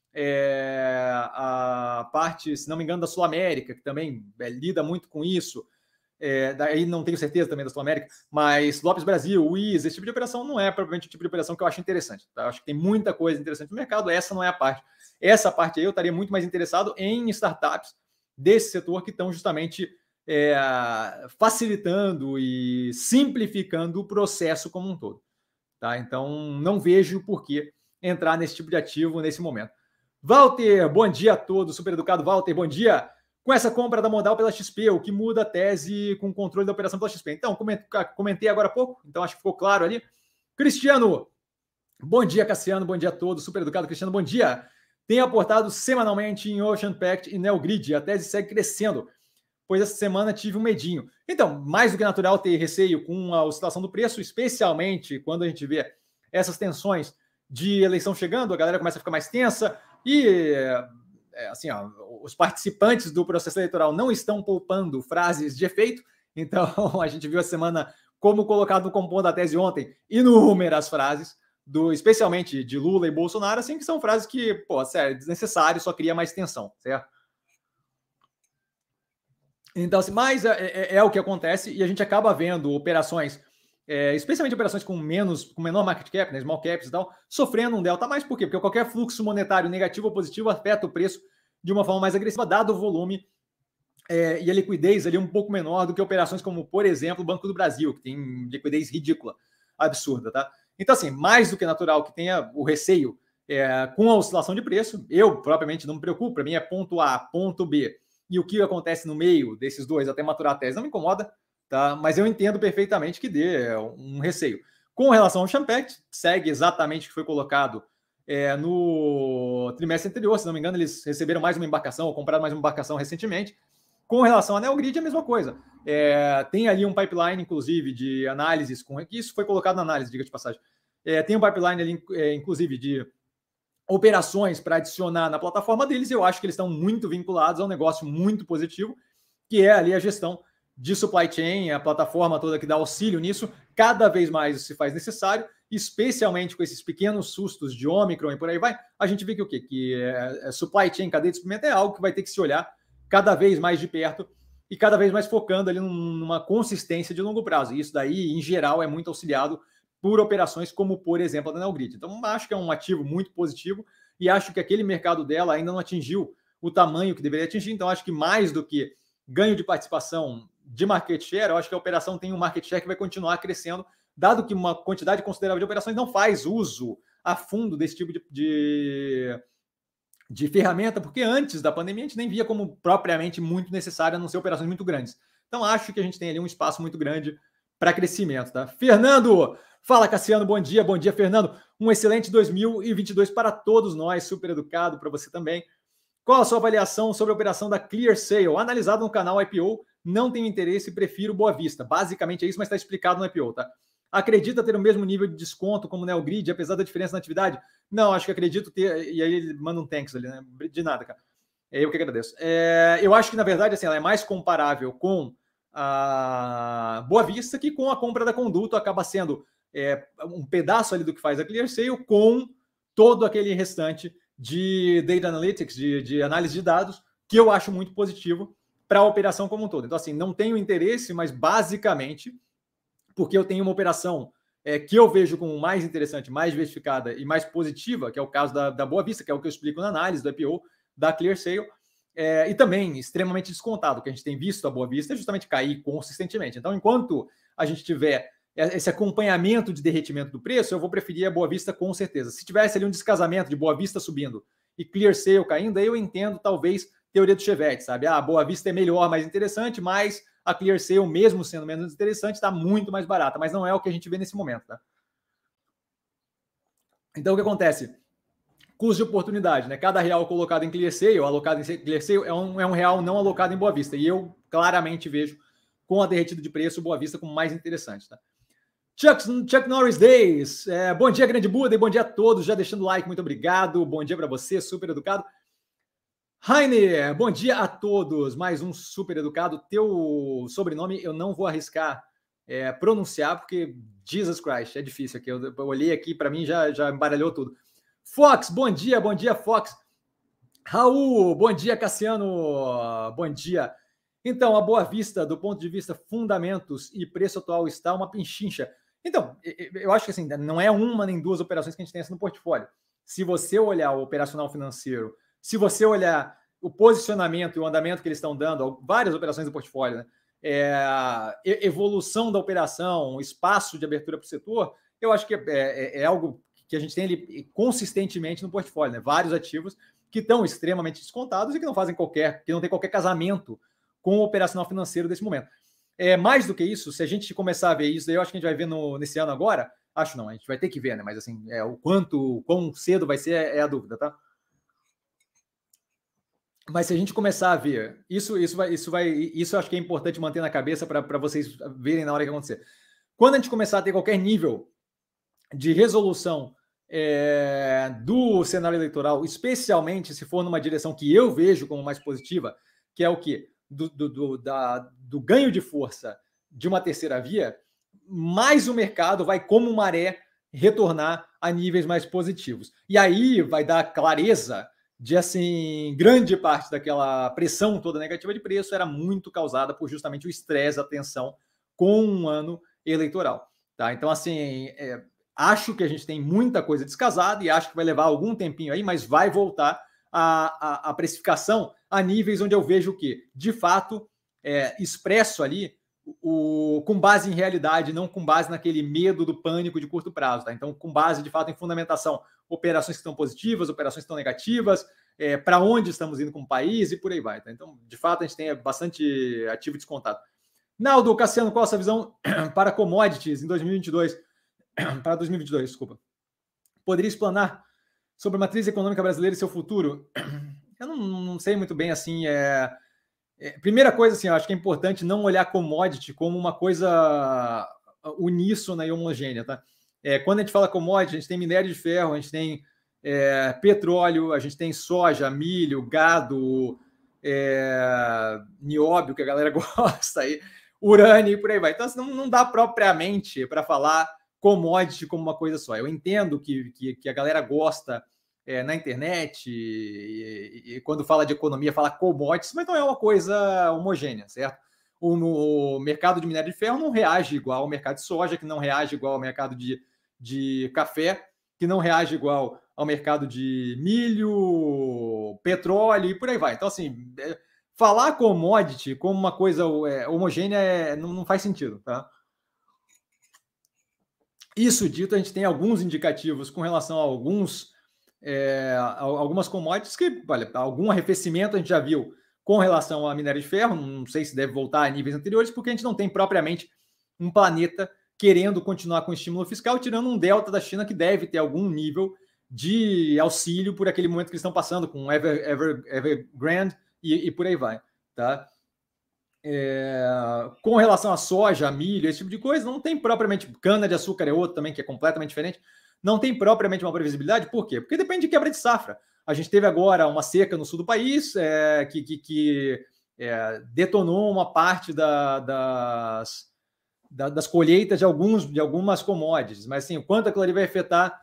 Speaker 1: é, a parte, se não me engano, da Sul América, que também é, lida muito com isso, é, daí não tenho certeza também da Sul América, mas Lopes Brasil, Wiz, esse tipo de operação não é propriamente o tipo de operação que eu acho interessante. Tá? Eu acho que tem muita coisa interessante no mercado, essa não é a parte. Essa parte aí eu estaria muito mais interessado em startups desse setor que estão justamente é, facilitando e simplificando o processo como um todo. Tá? Então, não vejo por que entrar nesse tipo de ativo nesse momento. Walter, bom dia a todos, super educado Walter, bom dia. Com essa compra da Modal pela X P, o que muda a tese com o controle da operação pela X P? Então, comentei agora há pouco, então acho que ficou claro ali. Cristiano, bom dia Cassiano, bom dia a todos, super educado Cristiano, bom dia. Tem aportado semanalmente em Ocean Pact e Neogrid, a tese segue crescendo, pois essa semana tive um medinho. Então, mais do que natural ter receio com a oscilação do preço, especialmente quando a gente vê essas tensões de eleição chegando, a galera começa a ficar mais tensa e, é, assim, ó, os participantes do processo eleitoral não estão poupando frases de efeito, então a gente viu a semana como colocado no Compondo a Tese ontem, inúmeras frases, do, especialmente de Lula e Bolsonaro, assim, que são frases que, pô, sério, desnecessário, só cria mais tensão, certo? Então, assim, mas é, é, é o que acontece e a gente acaba vendo operações, é, especialmente operações com menos, com menor market cap, né, small caps e tal, sofrendo um delta mais. Por quê? Porque qualquer fluxo monetário negativo ou positivo afeta o preço de uma forma mais agressiva, dado o volume é, e a liquidez ali um pouco menor do que operações como, por exemplo, o Banco do Brasil, que tem liquidez ridícula, absurda, tá? Então, assim, mais do que natural que tenha o receio é, com a oscilação de preço, eu propriamente não me preocupo, para mim é ponto A, ponto B, e o que acontece no meio desses dois até maturar a tese não me incomoda, tá? Mas eu entendo perfeitamente que dê um receio. Com relação ao Champact, segue exatamente o que foi colocado é, no trimestre anterior, se não me engano, eles receberam mais uma embarcação, ou compraram mais uma embarcação recentemente. Com relação à Neogrid, é a mesma coisa. É, tem ali um pipeline, inclusive, de análises, com que isso foi colocado na análise, diga de passagem. É, tem um pipeline ali, é, inclusive, de operações para adicionar na plataforma deles, e eu acho que eles estão muito vinculados a um negócio muito positivo, que é ali a gestão de supply chain, a plataforma toda que dá auxílio nisso. Cada vez mais isso se faz necessário, especialmente com esses pequenos sustos de Omicron e por aí vai. A gente vê que o quê? Que é, é supply chain, cadeia de suprimento, é algo que vai ter que se olhar cada vez mais de perto e cada vez mais focando ali numa consistência de longo prazo. E isso daí, em geral, é muito auxiliado por operações como, por exemplo, a da Neogrid. Então, acho que é um ativo muito positivo e acho que aquele mercado dela ainda não atingiu o tamanho que deveria atingir. Então, acho que mais do que ganho de participação de market share, eu acho que a operação tem um market share que vai continuar crescendo, dado que uma quantidade considerável de operações não faz uso a fundo desse tipo de, de, de ferramenta, porque antes da pandemia a gente nem via como propriamente muito necessário, a não ser operações muito grandes. Então, acho que a gente tem ali um espaço muito grande para crescimento, tá? Fernando, fala, Cassiano, bom dia, bom dia, Fernando. Um excelente dois mil e vinte e dois para todos nós, super educado, para você também. Qual a sua avaliação sobre a operação da ClearSale? Analisado no canal I P O, não tenho interesse e prefiro Boa Vista. Basicamente é isso, mas está explicado no I P O, tá? Acredita ter o mesmo nível de desconto como o Neogrid, apesar da diferença na atividade? Não, acho que acredito ter. E aí ele manda um thanks ali, né? De nada, cara. É eu que agradeço. É, eu acho que, na verdade, assim, ela é mais comparável com a Boa Vista que com a compra da Conduto, acaba sendo é, um pedaço ali do que faz a ClearSale com todo aquele restante de Data Analytics, de, de análise de dados, que eu acho muito positivo para a operação como um todo. Então, assim, não tenho interesse, mas basicamente porque eu tenho uma operação é, que eu vejo como mais interessante, mais diversificada e mais positiva, que é o caso da, da Boa Vista, que é o que eu explico na análise do I P O, da ClearSale, é, e também extremamente descontado, que a gente tem visto a Boa Vista é justamente cair consistentemente. Então, enquanto a gente tiver esse acompanhamento de derretimento do preço, eu vou preferir a Boa Vista com certeza. Se tivesse ali um descasamento de Boa Vista subindo e ClearSale caindo, aí eu entendo talvez teoria do Chevette, sabe? Ah, a Boa Vista é melhor, mais interessante, mas a ClearSale, mesmo sendo menos interessante, está muito mais barata, mas não é o que a gente vê nesse momento, tá? Então, o que acontece? Custo de oportunidade, né? Cada real colocado em ClearSale, alocado em ClearSale, é um, é um real não alocado em Boa Vista. E eu claramente vejo, com a derretida de preço, Boa Vista como mais interessante, tá? Chuck, Chuck Norris Days, é, bom dia, grande Buda, e bom dia a todos, já deixando o like, muito obrigado, bom dia para você, super educado. Rainer, bom dia a todos, mais um super educado. Teu sobrenome eu não vou arriscar é, pronunciar, porque Jesus Christ, é difícil aqui. Eu, eu olhei aqui, para mim já, já embaralhou tudo. Fox, bom dia, bom dia, Fox. Raul, bom dia, Cassiano, bom dia. Então, a Boa Vista, do ponto de vista fundamentos e preço atual, está uma pinchincha. Então, eu acho que assim, não é uma nem duas operações que a gente tem essa no portfólio. Se você olhar o operacional financeiro, se você olhar o posicionamento e o andamento que eles estão dando, várias operações do portfólio, né? É, evolução da operação, espaço de abertura para o setor, eu acho que é, é, é algo que a gente tem ali consistentemente no portfólio, né? Vários ativos que estão extremamente descontados e que não fazem qualquer, que não tem qualquer casamento com o operacional financeiro desse momento. É, mais do que isso, se a gente começar a ver isso, eu acho que a gente vai ver no, nesse ano agora, acho não, a gente vai ter que ver, né? Mas assim, é, o quanto, quão cedo vai ser é, é a dúvida, tá? Mas se a gente começar a ver, isso, isso vai, isso vai, isso eu acho que é importante manter na cabeça para vocês verem na hora que acontecer. Quando a gente começar a ter qualquer nível de resolução é, do cenário eleitoral, especialmente se for numa direção que eu vejo como mais positiva, que é o quê? Do, do, do, da, do ganho de força de uma terceira via, mais o mercado vai, como maré, retornar a níveis mais positivos. E aí vai dar clareza de, assim, grande parte daquela pressão toda negativa de preço era muito causada por justamente o estresse, a tensão com um ano eleitoral. Tá? Então, assim, é, acho que a gente tem muita coisa descasada e acho que vai levar algum tempinho aí, mas vai voltar a, a, a precificação a níveis onde eu vejo o que, de fato, é, expresso ali, o, com base em realidade, não com base naquele medo do pânico de curto prazo. Tá? Então, com base, de fato, em fundamentação, operações que estão positivas, operações que estão negativas, é, para onde estamos indo como país e por aí vai. Tá? Então, de fato, a gente tem bastante ativo descontado. Naldo, Cassiano, qual a sua visão para commodities em dois mil e vinte e dois? Para dois mil e vinte e dois, desculpa. Poderia explanar sobre a matriz econômica brasileira e seu futuro? Eu não, não sei muito bem, assim, é... é... Primeira coisa, assim, eu acho que é importante não olhar commodity como uma coisa uníssona e homogênea, tá? É, quando a gente fala commodity, a gente tem minério de ferro, a gente tem é, petróleo, a gente tem soja, milho, gado, é, nióbio, que a galera gosta, aí, urânio e por aí vai. Então, assim, não, não dá propriamente para falar commodity como uma coisa só. Eu entendo que, que, que a galera gosta é, na internet e, e, e quando fala de economia, fala commodities, mas não é uma coisa homogênea, certo? O, o mercado de minério de ferro não reage igual ao mercado de soja, que não reage igual ao mercado de, de café, que não reage igual ao mercado de milho, petróleo e por aí vai. Então, assim, é, falar commodity como uma coisa é, homogênea é, não, não faz sentido, tá? Isso dito, a gente tem alguns indicativos com relação a alguns é, algumas commodities que, olha, algum arrefecimento a gente já viu com relação a minério de ferro, não sei se deve voltar a níveis anteriores, porque a gente não tem propriamente um planeta querendo continuar com estímulo fiscal, tirando um delta da China que deve ter algum nível de auxílio por aquele momento que eles estão passando com Ever, Ever, Evergrande e, e por aí vai, tá? É, com relação à soja, a milho, esse tipo de coisa, não tem propriamente, cana-de-açúcar é outro também, que é completamente diferente, não tem propriamente uma previsibilidade, por quê? Porque depende de quebra de safra. A gente teve agora uma seca no sul do país, é, que, que, que é, detonou uma parte da, das, da, das colheitas de, alguns, de algumas commodities, mas assim, o quanto aquilo ali vai afetar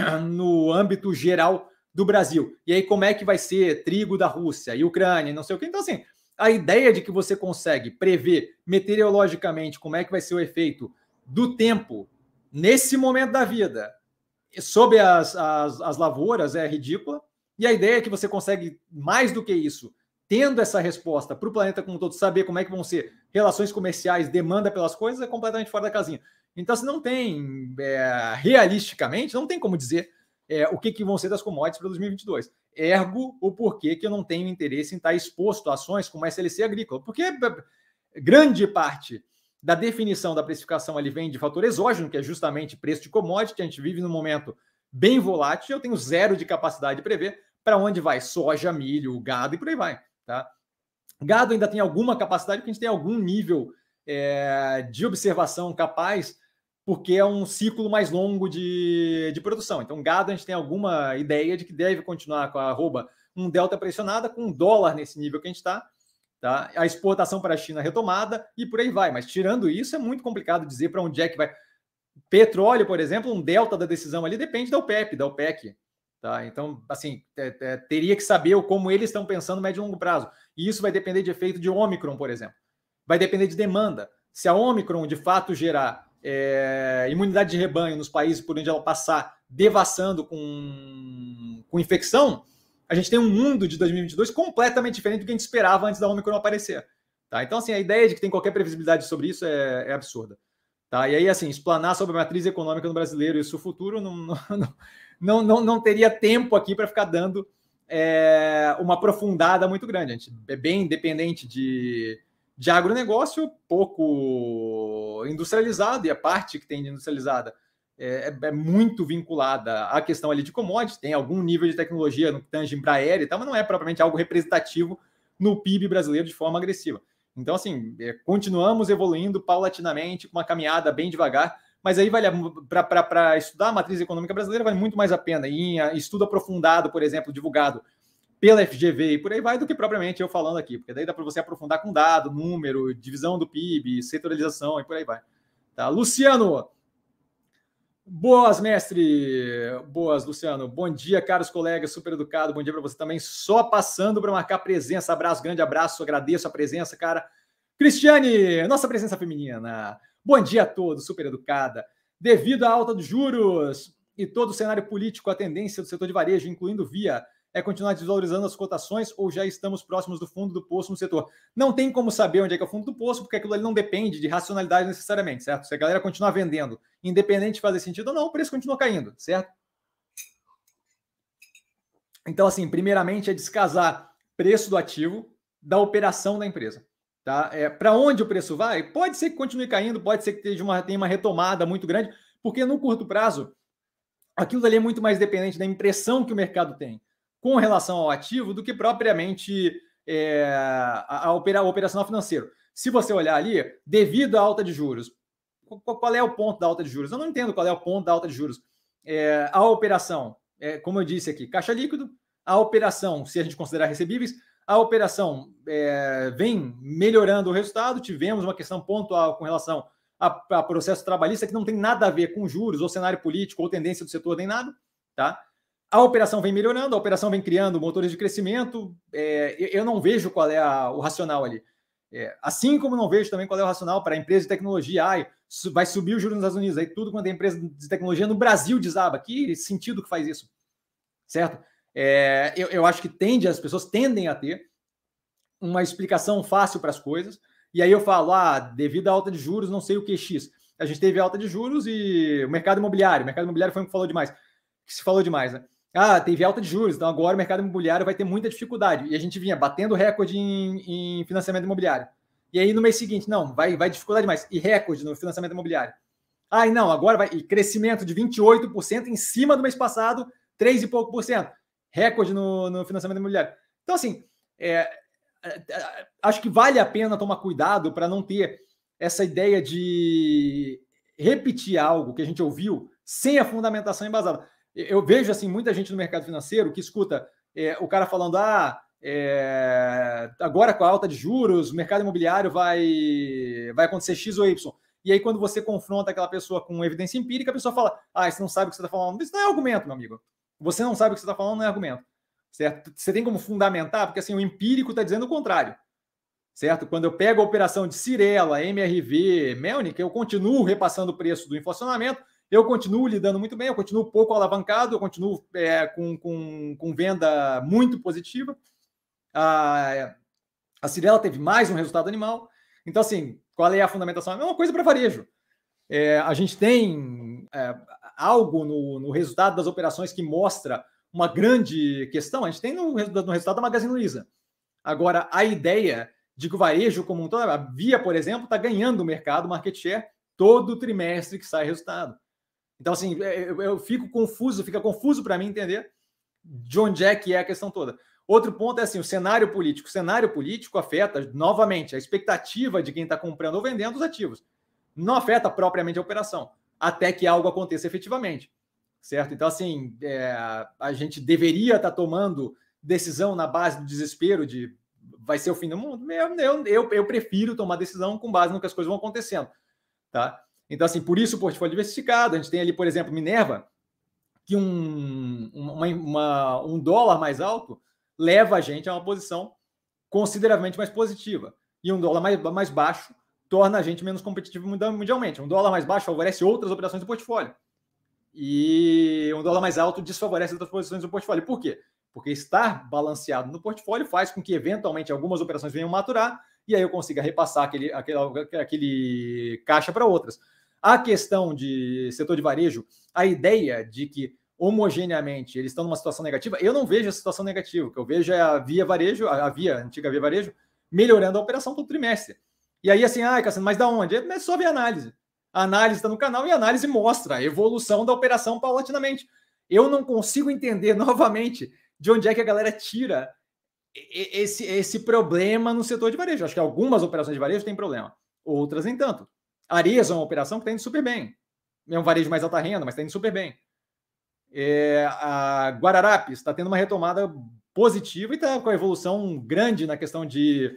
Speaker 1: no âmbito geral do Brasil. E aí, como é que vai ser trigo da Rússia e Ucrânia, não sei o que. Então, assim, a ideia de que você consegue prever meteorologicamente como é que vai ser o efeito do tempo nesse momento da vida sobre as, as, as lavouras é ridícula. E a ideia é que você consegue, mais do que isso, tendo essa resposta para o planeta como um todo, saber como é que vão ser relações comerciais, demanda pelas coisas, é completamente fora da casinha. Então, se não tem, é, realisticamente, não tem como dizer é, o que, que vão ser das commodities para dois mil e vinte e dois. Ergo o porquê que eu não tenho interesse em estar exposto a ações como a S L C agrícola, porque grande parte da definição da precificação ali vem de fator exógeno, que é justamente preço de commodity. A gente vive num momento bem volátil, eu tenho zero de capacidade de prever para onde vai soja, milho, gado e por aí vai. Tá? Gado ainda tem alguma capacidade, porque a gente tem algum nível é, de observação capaz, porque é um ciclo mais longo de, de produção. Então, gado, a gente tem alguma ideia de que deve continuar com a arroba um delta pressionada, com um dólar nesse nível que a gente está, tá? A exportação para a China retomada e por aí vai. Mas, tirando isso, é muito complicado dizer para onde é que vai. Petróleo, por exemplo, um delta da decisão ali depende da OPEP, da OPEC. Tá? Então, assim, é, é, teria que saber como eles estão pensando no médio e longo prazo. E isso vai depender de efeito de Ômicron, por exemplo. Vai depender de demanda. Se a Ômicron, de fato, gerar é, imunidade de rebanho nos países por onde ela passar, devassando com, com infecção, a gente tem um mundo de dois mil e vinte e dois completamente diferente do que a gente esperava antes da Ômicron aparecer. Tá? Então, assim, a ideia de que tem qualquer previsibilidade sobre isso é, é absurda. Tá? E aí, assim, explanar sobre a matriz econômica no brasileiro e o seu futuro não, não, não, não, não teria tempo aqui para ficar dando é, uma aprofundada muito grande. A gente é bem independente de, de agronegócio, pouco industrializado, e a parte que tem de industrializada é, é muito vinculada à questão ali de commodities, tem algum nível de tecnologia no que tange Embraer e tal, mas não é propriamente algo representativo no P I B brasileiro de forma agressiva. Então, assim, é, continuamos evoluindo paulatinamente, com uma caminhada bem devagar, mas aí vale para estudar a matriz econômica brasileira vale muito mais a pena ir em estudo aprofundado, por exemplo, divulgado pela F G V e por aí vai, do que propriamente eu falando aqui, porque daí dá para você aprofundar com dado, número, divisão do P I B, setorialização e por aí vai. Tá? Luciano, boas, mestre. Boas, Luciano. Bom dia, caros colegas, super educado. Bom dia para você também. Só passando para marcar presença. Abraço, grande abraço. Agradeço a presença, cara. Cristiane, nossa presença feminina. Bom dia a todos, super educada. Devido à alta dos juros e todo o cenário político, a tendência do setor de varejo, incluindo Via, é continuar desvalorizando as cotações ou já estamos próximos do fundo do poço no setor? Não tem como saber onde é que é o fundo do poço, porque aquilo ali não depende de racionalidade necessariamente, certo? Se a galera continuar vendendo, independente de fazer sentido ou não, o preço continua caindo, certo? Então, assim, primeiramente é descasar preço do ativo da operação da empresa. Tá? É, para onde o preço vai? Pode ser que continue caindo, pode ser que tenha uma, tenha uma retomada muito grande, porque no curto prazo, aquilo dali é muito mais dependente da impressão que o mercado tem com relação ao ativo do que propriamente é, a, a, opera, a operacional financeiro. Se você olhar ali, devido à alta de juros, qual, qual é o ponto da alta de juros? Eu não entendo qual é o ponto da alta de juros. É, a operação, é, como eu disse aqui, caixa líquido, a operação, se a gente considerar recebíveis, a operação é, vem melhorando o resultado, tivemos uma questão pontual com relação a, a processo trabalhista que não tem nada a ver com juros, ou cenário político, ou tendência do setor, nem nada, tá? A operação vem melhorando, a operação vem criando motores de crescimento. É, eu não vejo qual é a, o racional ali. É, assim como não vejo também qual é o racional para a empresa de tecnologia. Ai, vai subir o juros nos Estados Unidos. Aí tudo quanto é empresa de tecnologia no Brasil desaba. Que sentido que faz isso? Certo? É, eu, eu acho que tende, as pessoas tendem a ter uma explicação fácil para as coisas. E aí eu falo, ah, devido à alta de juros, não sei o que X. A gente teve alta de juros e o mercado imobiliário. O mercado imobiliário foi o que falou demais. Que se falou demais, né? Ah, teve alta de juros, então agora o mercado imobiliário vai ter muita dificuldade. E a gente vinha batendo recorde em, em financiamento imobiliário. E aí no mês seguinte, não, vai, vai dificuldade mais. E recorde no financiamento imobiliário. Ah, não, agora vai. E crescimento de vinte e oito por cento em cima do mês passado, três e pouco por cento. Recorde no, no financiamento imobiliário. Então, assim, é, é, acho que vale a pena tomar cuidado para não ter essa ideia de repetir algo que a gente ouviu sem a fundamentação embasada. Eu vejo assim muita gente no mercado financeiro que escuta é, o cara falando: ah, é, agora com a alta de juros, o mercado imobiliário vai, vai acontecer X ou Y. E aí, quando você confronta aquela pessoa com evidência empírica, a pessoa fala: ah, você não sabe o que você está falando. Isso não é argumento, meu amigo. Você não sabe o que você está falando, não é argumento. Certo? Você tem como fundamentar, porque assim, o empírico está dizendo o contrário. Certo? Quando eu pego a operação de Cirela, M R V, Melnick, eu continuo repassando o preço do inflacionamento, eu continuo lidando muito bem, eu continuo pouco alavancado, eu continuo é, com, com, com venda muito positiva. A, a Cirela teve mais um resultado animal. Então, assim, qual é a fundamentação? É a mesma coisa para varejo. É, a gente tem é, algo no, no resultado das operações que mostra uma grande questão. A gente tem no, no resultado da Magazine Luiza. Agora, a ideia de que o varejo como um todo, a Via, por exemplo, está ganhando o mercado, market share, todo trimestre que sai resultado. Então, assim, eu, eu fico confuso, fica confuso para mim entender de onde é que é a questão toda. Outro ponto é assim, o cenário político. O cenário político afeta, novamente, a expectativa de quem está comprando ou vendendo os ativos. Não afeta propriamente a operação, até que algo aconteça efetivamente. Certo? Então, assim, é, a gente deveria estar tá tomando decisão na base do desespero de vai ser o fim do mundo? Eu, eu, eu, eu prefiro tomar decisão com base no que as coisas vão acontecendo. Tá? Então, assim, por isso o portfólio diversificado. A gente tem ali, por exemplo, Minerva, que um, uma, uma, um dólar mais alto leva a gente a uma posição consideravelmente mais positiva. E um dólar mais, mais baixo torna a gente menos competitivo mundialmente. Um dólar mais baixo favorece outras operações do portfólio. E um dólar mais alto desfavorece outras posições do portfólio. Por quê? Porque estar balanceado no portfólio faz com que, eventualmente, algumas operações venham maturar e aí eu consiga repassar aquele, aquele, aquele caixa para outras. A questão de setor de varejo, a ideia de que homogeneamente eles estão numa situação negativa, eu não vejo a situação negativa. O que eu vejo é a Via Varejo, a Via, a antiga Via Varejo, melhorando a operação todo trimestre. E aí, assim, ah, Cassiano, mas da onde? É só ver a análise. A análise está no canal e a análise mostra a evolução da operação paulatinamente. Eu não consigo entender, novamente, de onde é que a galera tira esse, esse problema no setor de varejo. Acho que algumas operações de varejo têm problema, outras nem tanto. Arezzo é uma operação que está indo super bem. É um varejo mais alta renda, mas está indo super bem. É, a Guararapes está tendo uma retomada positiva e está com a evolução grande na questão de,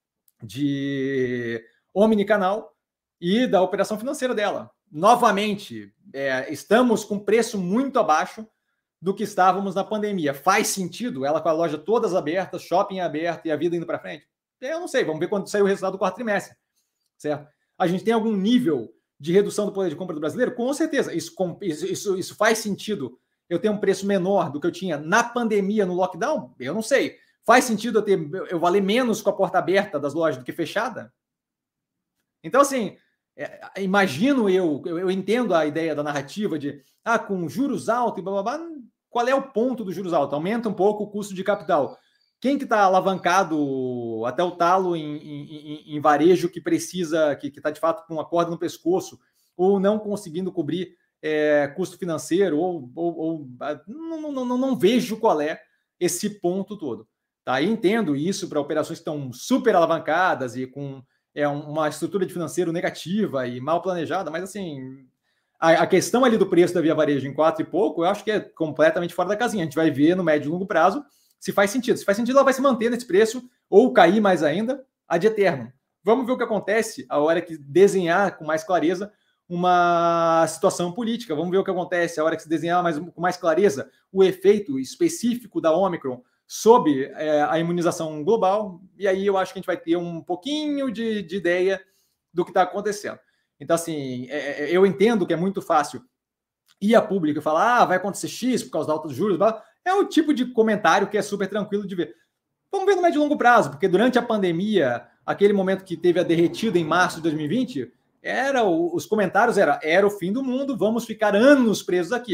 Speaker 1: de omnicanal e da operação financeira dela. Novamente, é, estamos com preço muito abaixo do que estávamos na pandemia. Faz sentido ela com a loja todas abertas, shopping aberto e a vida indo para frente? Eu não sei, vamos ver quando sair o resultado do quarto trimestre. Certo? A gente tem algum nível de redução do poder de compra do brasileiro? Com certeza. Isso, isso, isso faz sentido eu ter um preço menor do que eu tinha na pandemia, no lockdown? Eu não sei. Faz sentido eu, ter, eu valer menos com a porta aberta das lojas do que fechada? Então, assim, é, imagino eu, eu, eu entendo a ideia da narrativa de, ah, com juros altos e blá, blá, blá, qual é o ponto dos juros altos? Aumenta um pouco o custo de capital. Quem que está alavancado até o talo em, em, em varejo que precisa, que está de fato com uma corda no pescoço, ou não conseguindo cobrir é, custo financeiro, ou, ou, ou não, não, não, não vejo qual é esse ponto todo. Tá? E entendo isso para operações que estão super alavancadas e com é, uma estrutura de financeiro negativa e mal planejada, mas assim, a, a questão ali do preço da Via Varejo em quatro e pouco, eu acho que é completamente fora da casinha. A gente vai ver no médio e longo prazo se faz sentido. Se faz sentido, ela vai se manter nesse preço ou cair mais ainda ad eterno. Vamos ver o que acontece a hora que desenhar com mais clareza uma situação política. Vamos ver o que acontece a hora que se desenhar mais, com mais clareza o efeito específico da Ômicron sobre é, a imunização global. E aí eu acho que a gente vai ter um pouquinho de, de ideia do que está acontecendo. Então, assim, é, eu entendo que é muito fácil ir a público e falar, ah, vai acontecer X por causa da alta dos juros, blá. É o tipo de comentário que é super tranquilo de ver. Vamos ver no médio e longo prazo, porque durante a pandemia, aquele momento que teve a derretida em março de dois mil e vinte, era, os comentários eram, era o fim do mundo, vamos ficar anos presos aqui.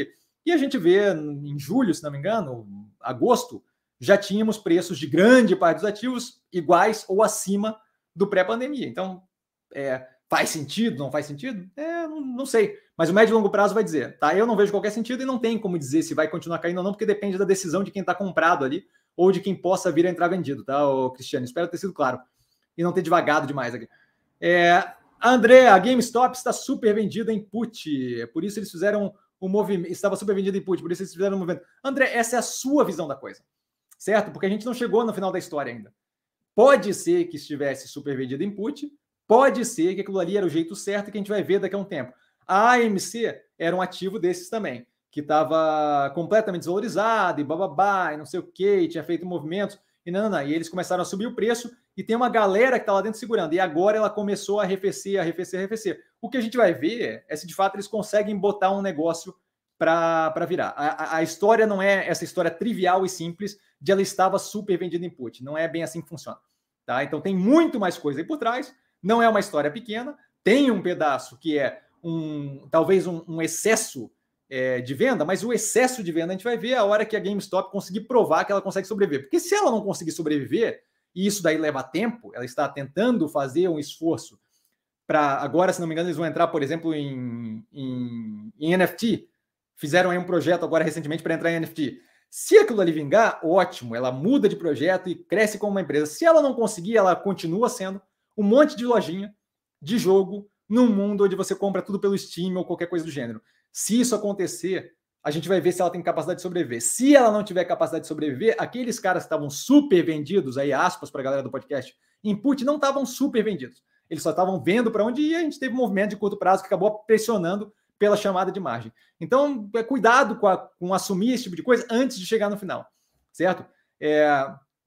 Speaker 1: E a gente vê em julho, se não me engano, agosto, já tínhamos preços de grande parte dos ativos iguais ou acima do pré-pandemia. Então, é, faz sentido? Não faz sentido? É, não, não sei. Mas o médio e longo prazo vai dizer, tá? Eu não vejo qualquer sentido e não tem como dizer se vai continuar caindo ou não, porque depende da decisão de quem está comprado ali ou de quem possa vir a entrar vendido, tá, ô Cristiano? Espero ter sido claro e não ter devagado demais aqui. É, a André, a GameStop está super vendida em put, por isso eles fizeram o movimento, estava super vendida em put, por isso eles fizeram o movimento. André, essa é a sua visão da coisa, certo? Porque a gente não chegou no final da história ainda. Pode ser que estivesse super vendida em put, pode ser que aquilo ali era o jeito certo que a gente vai ver daqui a um tempo. A A M C era um ativo desses também, que estava completamente desvalorizado e bababá, e não sei o que, e tinha feito movimentos, e não, não, não. E eles começaram a subir o preço, e tem uma galera que está lá dentro segurando, e agora ela começou a arrefecer, arrefecer, arrefecer. O que a gente vai ver é se de fato eles conseguem botar um negócio para virar. A, a, a história não é essa história trivial e simples de ela estava super vendida em put, não é bem assim que funciona. Tá? Então tem muito mais coisa aí por trás, não é uma história pequena, tem um pedaço que é um talvez um, um excesso é, de venda, mas o excesso de venda a gente vai ver a hora que a GameStop conseguir provar que ela consegue sobreviver. Porque se ela não conseguir sobreviver, e isso daí leva tempo, ela está tentando fazer um esforço para... Agora, se não me engano, eles vão entrar, por exemplo, em, em, em N F T. Fizeram aí um projeto agora recentemente para entrar em N F T. Se aquilo ali vingar, ótimo, ela muda de projeto e cresce como uma empresa. Se ela não conseguir, ela continua sendo um monte de lojinha de jogo num mundo onde você compra tudo pelo Steam ou qualquer coisa do gênero. Se isso acontecer, a gente vai ver se ela tem capacidade de sobreviver. Se ela não tiver capacidade de sobreviver, aqueles caras que estavam super vendidos, aí aspas para a galera do podcast, input, não estavam super vendidos. Eles só estavam vendo para onde ia, a gente teve um movimento de curto prazo que acabou pressionando pela chamada de margem. Então, é, cuidado com, a, com assumir esse tipo de coisa antes de chegar no final, certo? É,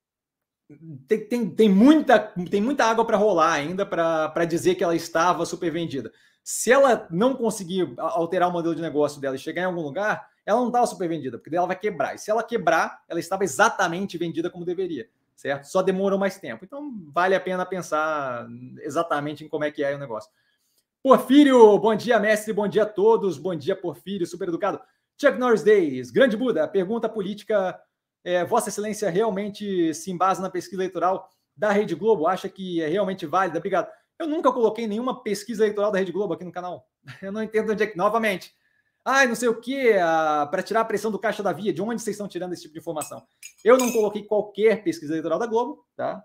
Speaker 1: tem, tem, tem, muita, tem muita água para rolar ainda para dizer que ela estava super vendida. Se ela não conseguir alterar o modelo de negócio dela e chegar em algum lugar, ela não estava super vendida, porque ela vai quebrar. E se ela quebrar, ela estava exatamente vendida como deveria, certo? Só demorou mais tempo. Então, vale a pena pensar exatamente em como é que é o negócio. Porfírio, bom dia, mestre, bom dia a todos, bom dia, Porfírio, super educado. Chuck Norris Days, grande Buda, pergunta política, é, Vossa Excelência realmente se embasa na pesquisa eleitoral da Rede Globo? Acha que é realmente válida? Obrigado. Eu nunca coloquei nenhuma pesquisa eleitoral da Rede Globo aqui no canal. Eu não entendo onde é que, novamente, ai, não sei o que, para tirar a pressão do caixa da via, de onde vocês estão tirando esse tipo de informação? Eu não coloquei qualquer pesquisa eleitoral da Globo, tá?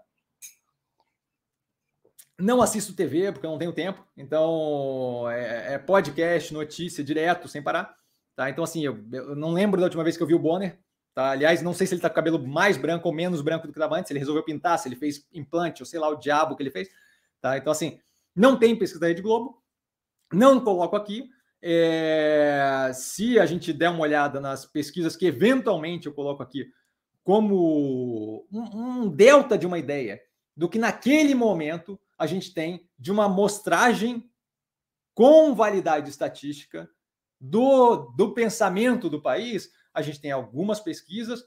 Speaker 1: Não assisto T V, porque eu não tenho tempo. Então, é, é podcast, notícia, direto, sem parar. Tá? Então, assim, eu, eu não lembro da última vez que eu vi o Bonner. Tá? Aliás, não sei se ele tá com o cabelo mais branco ou menos branco do que estava antes. Se ele resolveu pintar, se ele fez implante, ou sei lá, o diabo que ele fez. Tá? Então, assim, não tem pesquisa da Rede Globo. Não coloco aqui. É, se a gente der uma olhada nas pesquisas que eventualmente eu coloco aqui como um, um delta de uma ideia do que naquele momento a gente tem de uma amostragem com validade estatística do, do pensamento do país, a gente tem algumas pesquisas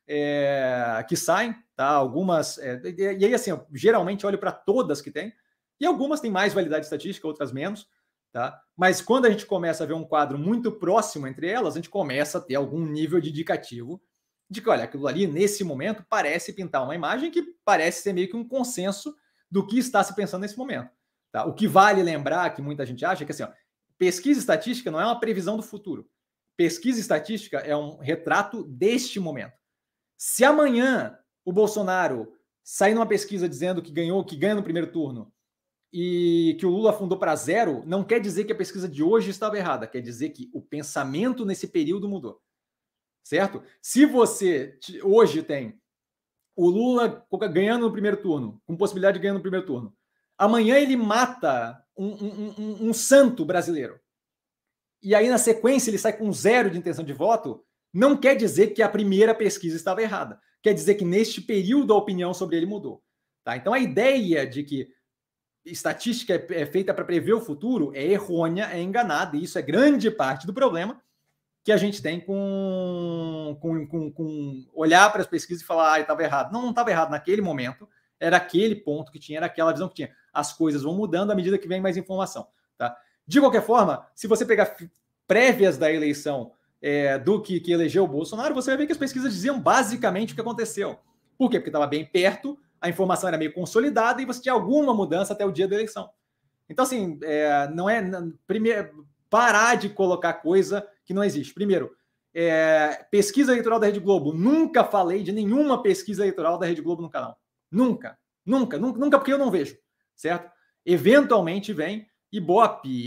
Speaker 1: é, que saem, tá? Algumas, é, e aí assim, eu geralmente olho para todas que tem, e algumas têm mais validade estatística, outras menos, tá? Mas quando a gente começa a ver um quadro muito próximo entre elas, a gente começa a ter algum nível de indicativo de que, olha, aquilo ali, nesse momento, parece pintar uma imagem que parece ser meio que um consenso do que está se pensando nesse momento. Tá? O que vale lembrar, que muita gente acha, é que assim, ó, pesquisa estatística não é uma previsão do futuro. Pesquisa estatística é um retrato deste momento. Se amanhã o Bolsonaro sair numa pesquisa dizendo que ganhou, que ganha no primeiro turno e que o Lula afundou para zero, não quer dizer que a pesquisa de hoje estava errada, quer dizer que o pensamento nesse período mudou. Certo? Se você hoje tem o Lula ganhando no primeiro turno, com possibilidade de ganhar no primeiro turno, amanhã ele mata um, um, um, um santo brasileiro, e aí na sequência ele sai com zero de intenção de voto, não quer dizer que a primeira pesquisa estava errada. Quer dizer que neste período a opinião sobre ele mudou. Tá? Então a ideia de que estatística é feita para prever o futuro é errônea, é enganada, e isso é grande parte do problema que a gente tem com, com, com, com olhar para as pesquisas e falar, ah, estava errado. Não, não estava errado naquele momento, era aquele ponto que tinha, era aquela visão que tinha. As coisas vão mudando à medida que vem mais informação. Tá? De qualquer forma, se você pegar prévias da eleição é, do que, que elegeu o Bolsonaro, você vai ver que as pesquisas diziam basicamente o que aconteceu. Por quê? Porque estava bem perto, a informação era meio consolidada e você tinha alguma mudança até o dia da eleição. Então, assim, é, não é... Primeiro, parar de colocar coisa que não existe. Primeiro, é, pesquisa eleitoral da Rede Globo. Nunca falei de nenhuma pesquisa eleitoral da Rede Globo no canal. Nunca. Nunca. Nunca, nunca porque eu não vejo. Certo? Eventualmente vem Ibope,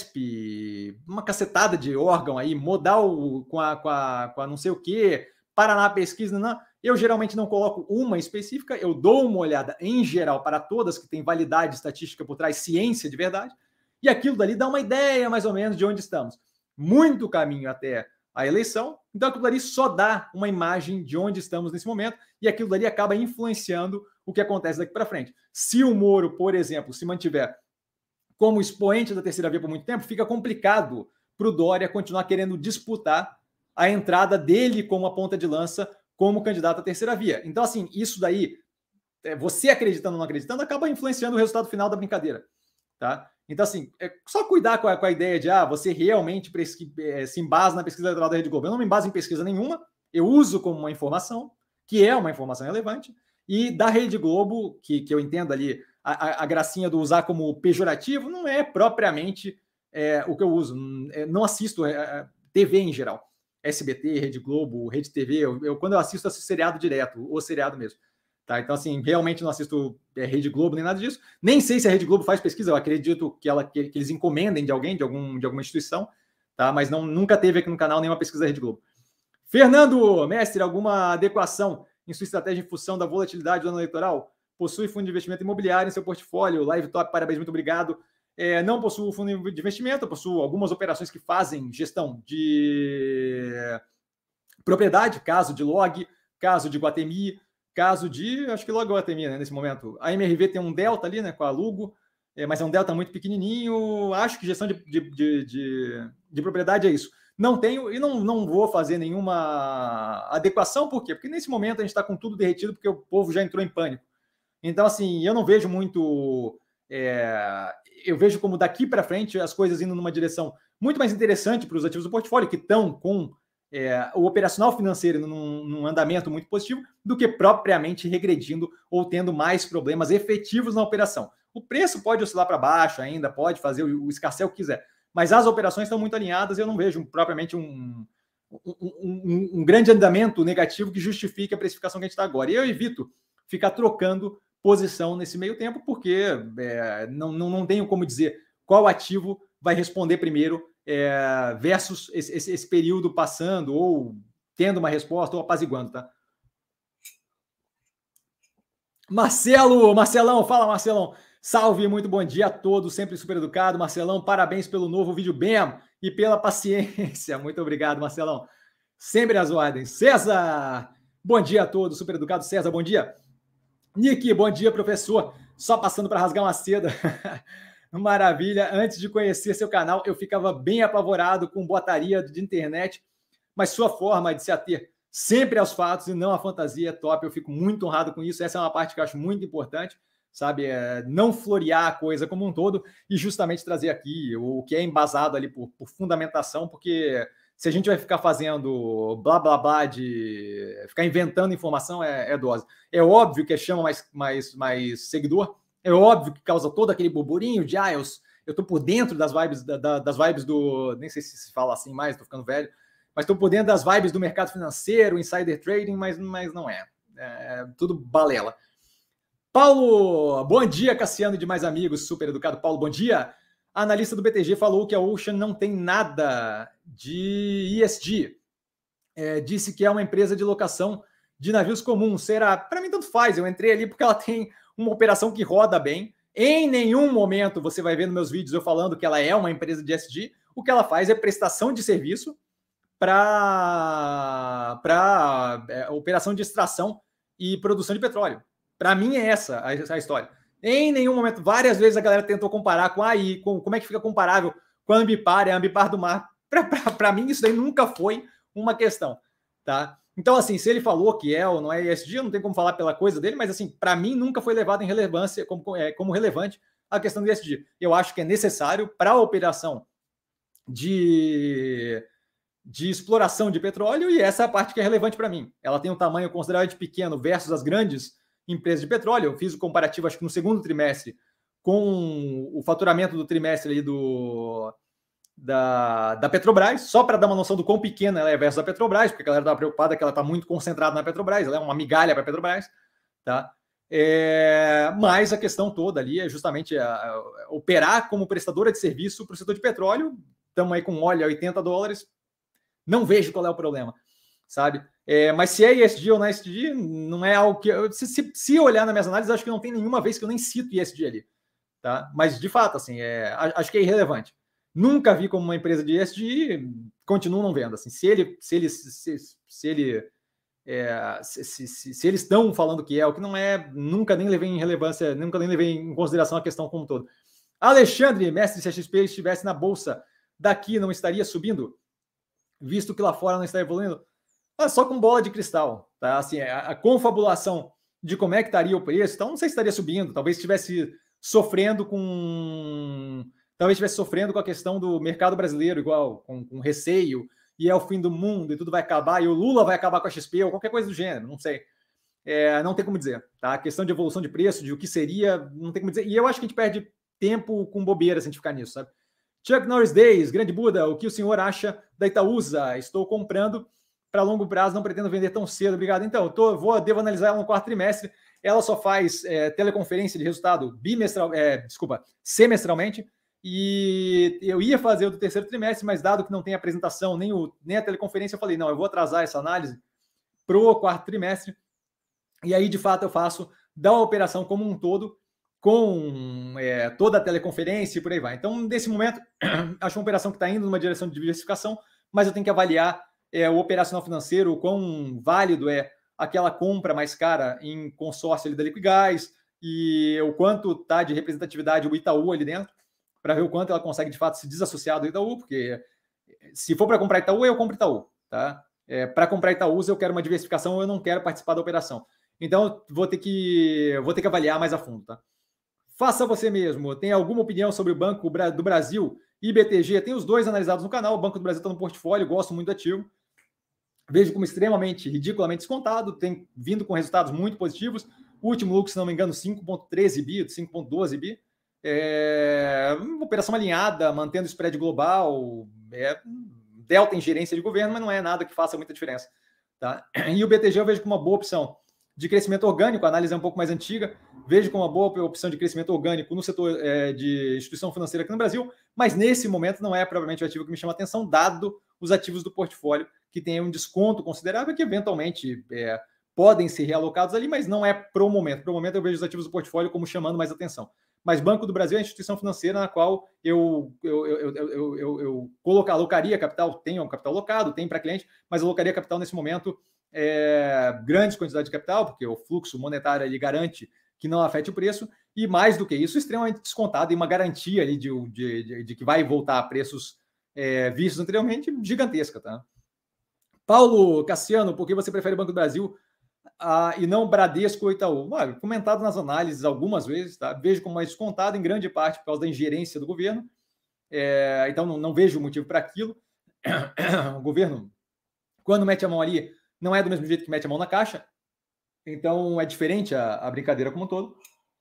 Speaker 1: Pesp, uma cacetada de órgão aí, Modal com a, com a, com a não sei o quê, Paraná Pesquisa, não. Eu geralmente não coloco uma específica, eu dou uma olhada em geral para todas que têm validade estatística por trás, ciência de verdade, e aquilo dali dá uma ideia mais ou menos de onde estamos. Muito caminho até a eleição, então aquilo dali só dá uma imagem de onde estamos nesse momento, e aquilo dali acaba influenciando o que acontece daqui para frente. Se o Moro, por exemplo, se mantiver como expoente da terceira via por muito tempo, fica complicado para o Dória continuar querendo disputar a entrada dele como a ponta de lança como candidato à terceira via. Então, assim, isso daí, você acreditando ou não acreditando, acaba influenciando o resultado final da brincadeira, tá? Então, assim, é só cuidar com a, com a ideia de, ah, você realmente é, se embasa na pesquisa eleitoral da Rede Globo. Eu não me embaso em pesquisa nenhuma, eu uso como uma informação, que é uma informação relevante, e da Rede Globo, que, que eu entendo ali, a, a, a gracinha do usar como pejorativo, não é propriamente é, o que eu uso. Não assisto é, T V em geral. S B T, Rede Globo, Rede T V, eu, eu, quando eu assisto, assisto seriado direto, ou seriado mesmo. Tá? Então, assim, realmente não assisto é, Rede Globo nem nada disso. Nem sei se a Rede Globo faz pesquisa, eu acredito que, ela, que, que eles encomendem de alguém, de, algum, de alguma instituição, tá? Mas não, nunca teve aqui no canal nenhuma pesquisa da Rede Globo. Fernando, mestre, alguma adequação em sua estratégia em função da volatilidade do ano eleitoral? Possui fundo de investimento imobiliário em seu portfólio? Live Top, parabéns, muito obrigado. É, não possuo fundo de investimento, possuo algumas operações que fazem gestão de propriedade, caso de Log, caso de Guatemi, caso de, acho que logo Guatemi, né, nesse momento. A M R V tem um delta ali, né, com a Lugo, é, mas é um delta muito pequenininho. Acho que gestão de, de, de, de, de propriedade é isso. Não tenho e não, não vou fazer nenhuma adequação, por quê? Porque nesse momento a gente está com tudo derretido, porque o povo já entrou em pânico. Então, assim, eu não vejo muito... É, eu vejo como daqui para frente as coisas indo numa direção muito mais interessante para os ativos do portfólio, que estão com é, o operacional financeiro num, num andamento muito positivo, do que propriamente regredindo ou tendo mais problemas efetivos na operação. O preço pode oscilar para baixo ainda, pode fazer o, o escarcel que quiser, mas as operações estão muito alinhadas e eu não vejo propriamente um, um, um, um grande andamento negativo que justifique a precificação que a gente está agora. E eu evito ficar trocando posição nesse meio tempo, porque é, não, não, não tenho como dizer qual ativo vai responder primeiro é, versus esse, esse, esse período passando ou tendo uma resposta ou apaziguando, tá? Marcelo, Marcelão, fala Marcelão. Salve, muito bom dia a todos, sempre super educado. Marcelão, parabéns pelo novo vídeo B E M e pela paciência. Muito obrigado, Marcelão. Sempre às ordens. César, bom dia a todos, super educado. César, bom dia. Nick, bom dia, professor. Só passando para rasgar uma seda. Maravilha. Antes de conhecer seu canal, eu ficava bem apavorado com botaria de internet, mas sua forma de se ater sempre aos fatos e não à fantasia é top. Eu fico muito honrado com isso. Essa é uma parte que eu acho muito importante, sabe? É não florear a coisa como um todo e justamente trazer aqui o que é embasado ali por, por fundamentação, porque se a gente vai ficar fazendo blá, blá, blá de ficar inventando informação, é, é dose. É óbvio que chama mais, mais, mais seguidor, é óbvio que causa todo aquele burburinho de, ah, eu, eu tô por dentro das vibes, da, da, das vibes do, nem sei se se fala assim mais, tô ficando velho, mas tô por dentro das vibes do mercado financeiro, insider trading, mas, mas não é. É tudo balela. Paulo, bom dia, Cassiano de Mais Amigos, super educado. Paulo, bom dia. A analista do B T G falou que a Ocean não tem nada de E S G. É, disse que é uma empresa de locação de navios comuns. Será? Para mim, tanto faz. Eu entrei ali porque ela tem uma operação que roda bem. Em nenhum momento você vai ver nos meus vídeos eu falando que ela é uma empresa de E S G. O que ela faz é prestação de serviço para é, operação de extração e produção de petróleo. Para mim é essa a, a história. Em nenhum momento, várias vezes a galera tentou comparar com aí, com como é que fica comparável com a Ambipar, é a Ambipar do Mar. Para mim, isso daí nunca foi uma questão, tá? Então, assim, se ele falou que é ou não é E S G, eu não tenho como falar pela coisa dele, mas, assim, para mim nunca foi levado em relevância, como, é, como relevante a questão do E S G. Eu acho que é necessário para a operação de, de exploração de petróleo, e essa é a parte que é relevante para mim. Ela tem um tamanho consideravelmente pequeno versus as grandes empresas de petróleo. Eu fiz o comparativo, acho que no segundo trimestre, com o faturamento do trimestre ali do, da, da Petrobras, só para dar uma noção do quão pequena ela é versus a Petrobras, porque a galera estava preocupada que ela está muito concentrada na Petrobras, ela é uma migalha para a Petrobras, tá? É, mas a questão toda ali é justamente a, a, operar como prestadora de serviço para o setor de petróleo. Estamos aí com óleo a oitenta dólares, não vejo qual é o problema, sabe? É, mas se é E S G ou não é E S G, não é algo que... Eu, se, se, se olhar nas minhas análises, acho que não tem nenhuma vez que eu nem cito E S G ali, tá? Mas, de fato, assim, é, acho que é irrelevante. Nunca vi como uma empresa de E S G, continuo não vendo. Assim, se ele... Se ele, se, se ele É, se, se, se eles estão falando que é o que não é, nunca nem levei em relevância, nunca nem levei em consideração a questão como um todo. Alexandre, mestre se a X P estivesse na bolsa daqui, não estaria subindo, visto que lá fora não está evoluindo? Ah, só com bola de cristal, tá? Assim, a, a confabulação de como é que estaria o preço, então não sei se estaria subindo, talvez estivesse sofrendo com talvez estivesse sofrendo com a questão do mercado brasileiro, igual, com, com receio, e é o fim do mundo, e tudo vai acabar, e o Lula vai acabar com a X P, ou qualquer coisa do gênero, não sei. É, não tem como dizer, tá? A questão de evolução de preço, de o que seria, não tem como dizer. E eu acho que a gente perde tempo com bobeira se a gente ficar nisso, sabe? Chuck Norris Days, Grande Buda, o que o senhor acha da Itaúsa? Estou comprando para longo prazo, não pretendo vender tão cedo, obrigado. Então, eu tô, vou, devo analisar ela no quarto trimestre. Ela só faz é, teleconferência de resultado bimestral, é, desculpa, semestralmente. E eu ia fazer o do terceiro trimestre, mas dado que não tem apresentação, nem, o, nem a teleconferência, eu falei, não, eu vou atrasar essa análise para o quarto trimestre. E aí, de fato, eu faço da operação como um todo, com é, toda a teleconferência e por aí vai. Então, nesse momento, acho uma operação que está indo numa direção de diversificação, mas eu tenho que avaliar é, o operacional financeiro, o quão válido é aquela compra mais cara em consórcio ali da Liquigás, e o quanto está de representatividade o Itaú ali dentro, para ver o quanto ela consegue, de fato, se desassociar do Itaú, porque se for para comprar Itaú, eu compro Itaú, tá? É, para comprar Itaú, eu quero uma diversificação, eu não quero participar da operação. Então, vou ter que, vou ter que avaliar mais a fundo, tá? Faça você mesmo. Tem alguma opinião sobre o Banco do Brasil e B T G? Tem os dois analisados no canal. O Banco do Brasil está no portfólio, gosto muito do ativo. Vejo como extremamente, ridiculamente descontado. Tem vindo com resultados muito positivos. O último lucro, se não me engano, cinco vírgula treze bi, cinco vírgula doze bi. É, uma operação alinhada, mantendo o spread global, é, delta em gerência de governo, mas não é nada que faça muita diferença, tá? E o B T G eu vejo como uma boa opção de crescimento orgânico, a análise é um pouco mais antiga, vejo como uma boa opção de crescimento orgânico no setor é, de instituição financeira aqui no Brasil, mas nesse momento não é provavelmente o ativo que me chama a atenção, dado os ativos do portfólio que tem um desconto considerável, que eventualmente é, podem ser realocados ali, mas não é pro momento. Pro momento eu vejo os ativos do portfólio como chamando mais atenção. Mas Banco do Brasil é a instituição financeira na qual eu, eu, eu, eu, eu, eu, eu colocar, alocaria capital, tenho um capital alocado, tem para cliente, mas eu alocaria capital nesse momento, é, grandes quantidades de capital, porque o fluxo monetário ali garante que não afete o preço, e mais do que isso, extremamente descontado e uma garantia ali de, de, de, de que vai voltar a preços é, vistos anteriormente, gigantesca, tá? Paulo Cassiano, por que você prefere o Banco do Brasil Ah, e não Bradesco ou Itaú? Olha, comentado nas análises algumas vezes, tá? Vejo como mais descontado em grande parte por causa da ingerência do governo, é, então não, não vejo motivo para aquilo. O governo, quando mete a mão ali, não é do mesmo jeito que mete a mão na caixa, então é diferente a, a brincadeira como um todo.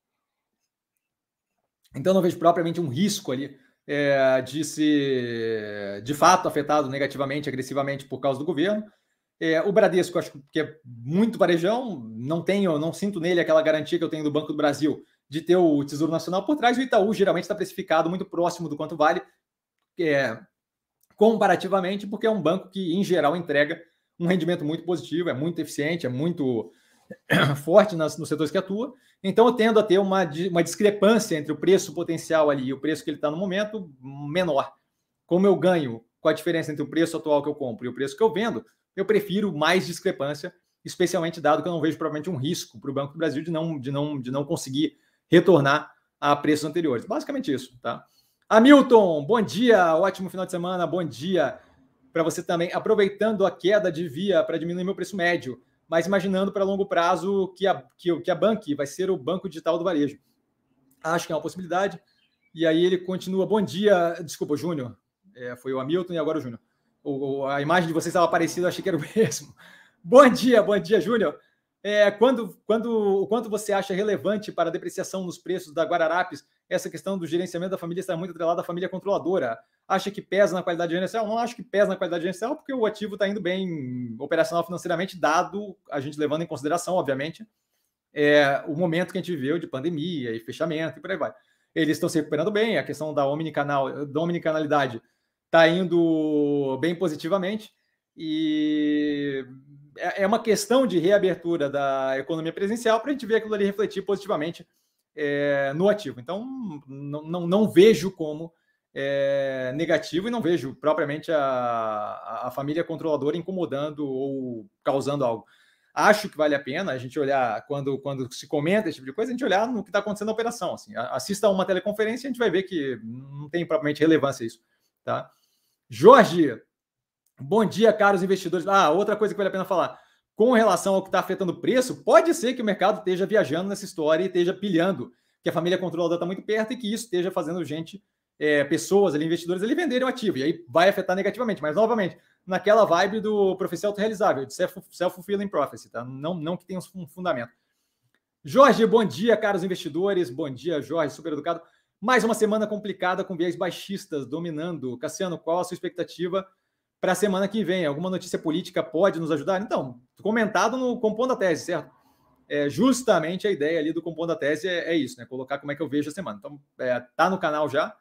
Speaker 1: Então não vejo propriamente um risco ali é, de ser de fato afetado negativamente, agressivamente por causa do governo. É, o Bradesco, acho que é muito varejão, não tenho, não sinto nele aquela garantia que eu tenho do Banco do Brasil de ter o Tesouro Nacional por trás. O Itaú geralmente está precificado muito próximo do quanto vale, é, comparativamente, porque é um banco que, em geral, entrega um rendimento muito positivo, é muito eficiente, é muito forte nas, nos setores que atua. Então, eu tendo a ter uma, uma discrepância entre o preço potencial ali e o preço que ele está no momento menor. Como eu ganho com a diferença entre o preço atual que eu compro e o preço que eu vendo, eu prefiro mais discrepância, especialmente dado que eu não vejo provavelmente um risco para o Banco do Brasil de não, de, não, de não conseguir retornar a preços anteriores. Basicamente isso, tá? Hamilton, bom dia, ótimo final de semana, bom dia para você também. Aproveitando a queda de via para diminuir meu preço médio, mas imaginando para longo prazo que a, que, que a Bank vai ser o banco digital do varejo. Acho que é uma possibilidade. E aí ele continua, bom dia, desculpa, Júnior, é, foi o Hamilton e agora o Júnior. o, a imagem de vocês estava parecida, eu achei que era o mesmo. Bom dia, bom dia, Júnior. É, quando, quando, o quanto você acha relevante para a depreciação nos preços da Guararapes essa questão do gerenciamento da família estar muito atrelada à família controladora? Acha que pesa na qualidade gerencial? Não acho que pesa na qualidade gerencial, porque o ativo está indo bem operacional financeiramente, dado a gente levando em consideração, obviamente, é, o momento que a gente viveu de pandemia e fechamento e por aí vai. Eles estão se recuperando bem, a questão da omnicanal, da omnicanalidade está indo bem positivamente e é uma questão de reabertura da economia presencial para a gente ver aquilo ali refletir positivamente é, no ativo. Então, não, não, não vejo como é, negativo e não vejo propriamente a, a família controladora incomodando ou causando algo. Acho que vale a pena a gente olhar, quando, quando se comenta esse tipo de coisa, a gente olhar no que está acontecendo na operação. Assim. Assista a uma teleconferência e a gente vai ver que não tem propriamente relevância isso. Tá? Jorge, bom dia, caros investidores. Ah, outra coisa que vale a pena falar. Com relação ao que está afetando o preço, pode ser que o mercado esteja viajando nessa história e esteja pilhando, que a família controladora está muito perto e que isso esteja fazendo gente, é, pessoas ali, investidores ali, venderem o ativo. E aí vai afetar negativamente. Mas, novamente, naquela vibe do profecia autorrealizável, de self-fulfilling prophecy, tá? Não, não que tenha um fundamento. Jorge, bom dia, caros investidores. Bom dia, Jorge, super educado. Mais uma semana complicada com viés baixistas dominando. Cassiano, qual a sua expectativa para a semana que vem? Alguma notícia política pode nos ajudar? Então, comentado no Compondo a Tese, certo? É, justamente a ideia ali do Compondo a Tese é, é isso, né? Colocar como é que eu vejo a semana. Então, é, tá no canal já.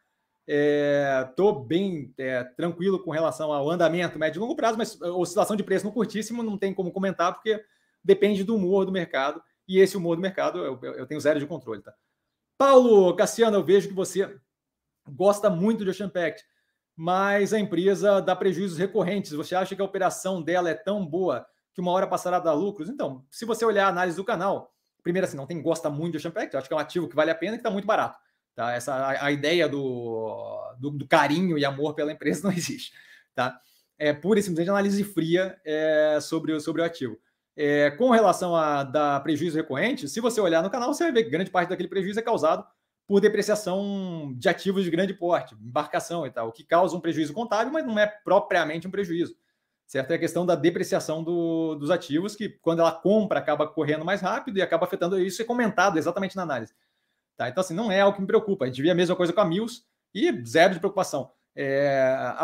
Speaker 1: Estou é, bem é, tranquilo com relação ao andamento médio e longo prazo, mas oscilação de preço no curtíssimo não tem como comentar, porque depende do humor do mercado, e esse humor do mercado eu, eu tenho zero de controle. Tá? Paulo, Cassiano, eu vejo que você gosta muito de Ocean Pact, mas a empresa dá prejuízos recorrentes. Você acha que a operação dela é tão boa que uma hora passará a dar lucros? Então, se você olhar a análise do canal, primeiro assim, não tem gosta muito de Ocean Pact, eu acho que é um ativo que vale a pena e que está muito barato. Tá? Essa, a, a ideia do, do, do carinho e amor pela empresa não existe. Tá? É pura e simplesmente análise fria é, sobre, sobre o ativo. É, com relação a dar prejuízo recorrente, se você olhar no canal, você vai ver que grande parte daquele prejuízo é causado por depreciação de ativos de grande porte, embarcação e tal, o que causa um prejuízo contábil, mas não é propriamente um prejuízo. Certo? É a questão da depreciação do, dos ativos, que quando ela compra acaba correndo mais rápido e acaba afetando isso, é comentado exatamente na análise. Tá? Então, assim, não é algo que me preocupa. A gente via a mesma coisa com a Mills e zero de preocupação. É, a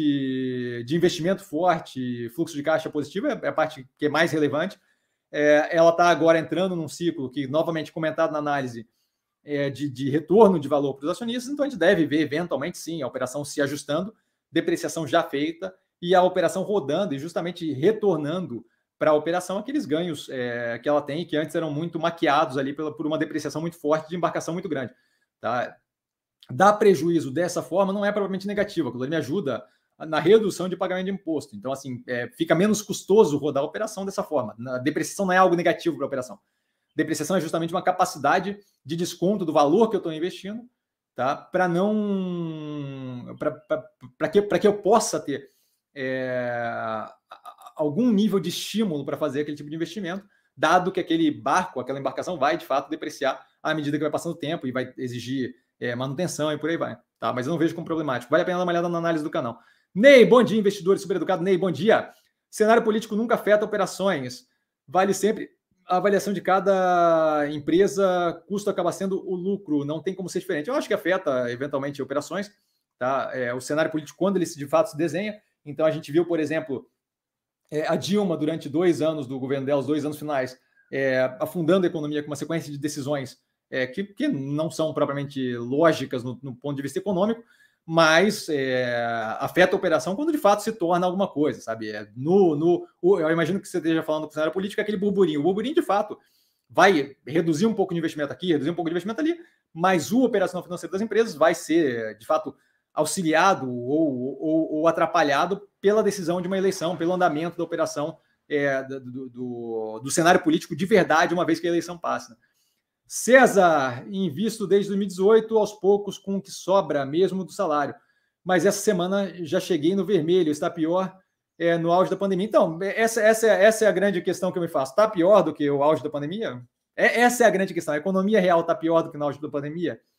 Speaker 1: parte de investimento forte, fluxo de caixa positivo, é a parte que é mais relevante. É, ela está agora entrando num ciclo que, novamente comentado na análise, é de, de retorno de valor para os acionistas, então a gente deve ver, eventualmente, sim, a operação se ajustando, depreciação já feita e a operação rodando e justamente retornando para a operação aqueles ganhos é, que ela tem, que antes eram muito maquiados ali pela, por uma depreciação muito forte de embarcação muito grande. Tá? Dar prejuízo dessa forma não é provavelmente negativo, aquilo me ajuda na redução de pagamento de imposto. Então, assim, é, fica menos custoso rodar a operação dessa forma. A depreciação não é algo negativo para a operação. Depreciação é justamente uma capacidade de desconto do valor que eu estou investindo, tá? Para não... para que, que eu possa ter é, algum nível de estímulo para fazer aquele tipo de investimento, dado que aquele barco, aquela embarcação vai, de fato, depreciar à medida que vai passando o tempo e vai exigir é, manutenção e por aí vai. Tá? Mas eu não vejo como problemático. Vale a pena dar uma olhada na análise do canal. Ney, bom dia, investidores super educados. Ney, bom dia. Cenário político nunca afeta operações. Vale sempre... a avaliação de cada empresa, custo acaba sendo o lucro, não tem como ser diferente. Eu acho que afeta, eventualmente, operações. Tá? É, o cenário político, quando ele de fato se desenha. Então, a gente viu, por exemplo, é, a Dilma, durante dois anos do governo dela, os dois anos finais, é, afundando a economia com uma sequência de decisões é, que, que não são propriamente lógicas no, no ponto de vista econômico, mas é, afeta a operação quando de fato se torna alguma coisa, sabe? É, no, no, eu imagino que você esteja falando do cenário político, é aquele burburinho. O burburinho, de fato, vai reduzir um pouco de investimento aqui, reduzir um pouco de investimento ali, mas o operacional financeiro das empresas vai ser, de fato, auxiliado ou, ou, ou atrapalhado pela decisão de uma eleição, pelo andamento da operação é, do, do, do cenário político de verdade, uma vez que a eleição passa. César, invisto desde dois mil e dezoito, aos poucos, com o que sobra mesmo do salário. Mas essa semana já cheguei no vermelho, está pior é, no auge da pandemia. Então, essa, essa, essa é a grande questão que eu me faço. Está pior do que o auge da pandemia? É, essa é a grande questão. A economia real está pior do que no auge da pandemia?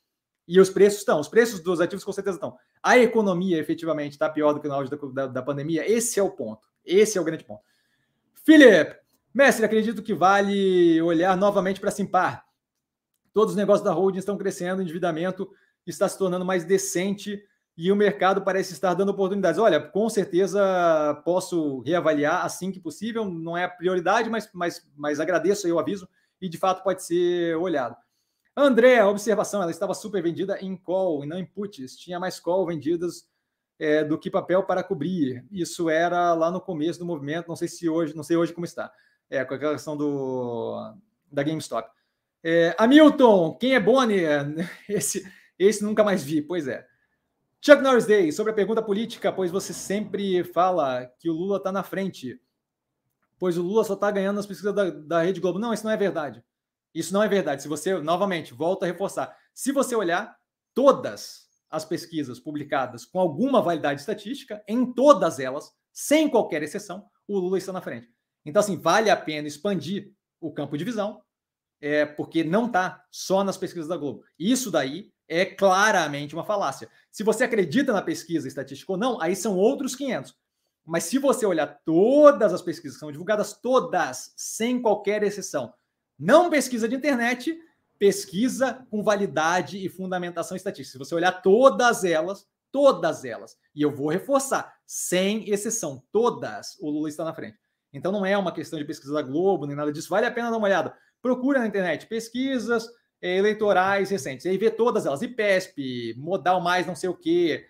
Speaker 1: E os preços estão, os preços dos ativos com certeza estão. A economia, efetivamente, está pior do que no auge da, da, da pandemia. Esse é o ponto. Esse é o grande ponto. Felipe, mestre, acredito que vale olhar novamente para a Simpar. Todos os negócios da holding estão crescendo, o endividamento está se tornando mais decente e o mercado parece estar dando oportunidades. Olha, com certeza posso reavaliar assim que possível, não é a prioridade, mas, mas, mas agradeço aí o aviso e de fato pode ser olhado. André, observação, ela estava super vendida em call e não em puts, tinha mais call vendidas é, do que papel para cobrir. Isso era lá no começo do movimento, não sei se hoje, não sei hoje como está, é, com a questão do, da GameStop. É, Hamilton, quem é Bonnie? Esse, esse nunca mais vi, pois é. Chuck Norris Day, sobre a pergunta política, pois você sempre fala que o Lula está na frente, pois o Lula só está ganhando nas pesquisas da, da Rede Globo. Não, isso não é verdade. Isso não é verdade. Se você, novamente, volta a reforçar. Se você olhar todas as pesquisas publicadas com alguma validade estatística, em todas elas, sem qualquer exceção, o Lula está na frente. Então, assim, vale a pena expandir o campo de visão, é, porque não está só nas pesquisas da Globo. Isso daí é claramente uma falácia. Se você acredita na pesquisa estatística ou não, aí são outros quinhentos. Mas se você olhar todas as pesquisas que são divulgadas, todas, sem qualquer exceção, não pesquisa de internet, pesquisa com validade e fundamentação estatística. Se você olhar todas elas, todas elas, e eu vou reforçar, sem exceção, todas, o Lula está na frente. Então não é uma questão de pesquisa da Globo, nem nada disso. Vale a pena dar uma olhada. Procura na internet pesquisas eleitorais recentes. E aí vê todas elas. IPESP, Modal Mais não sei o quê,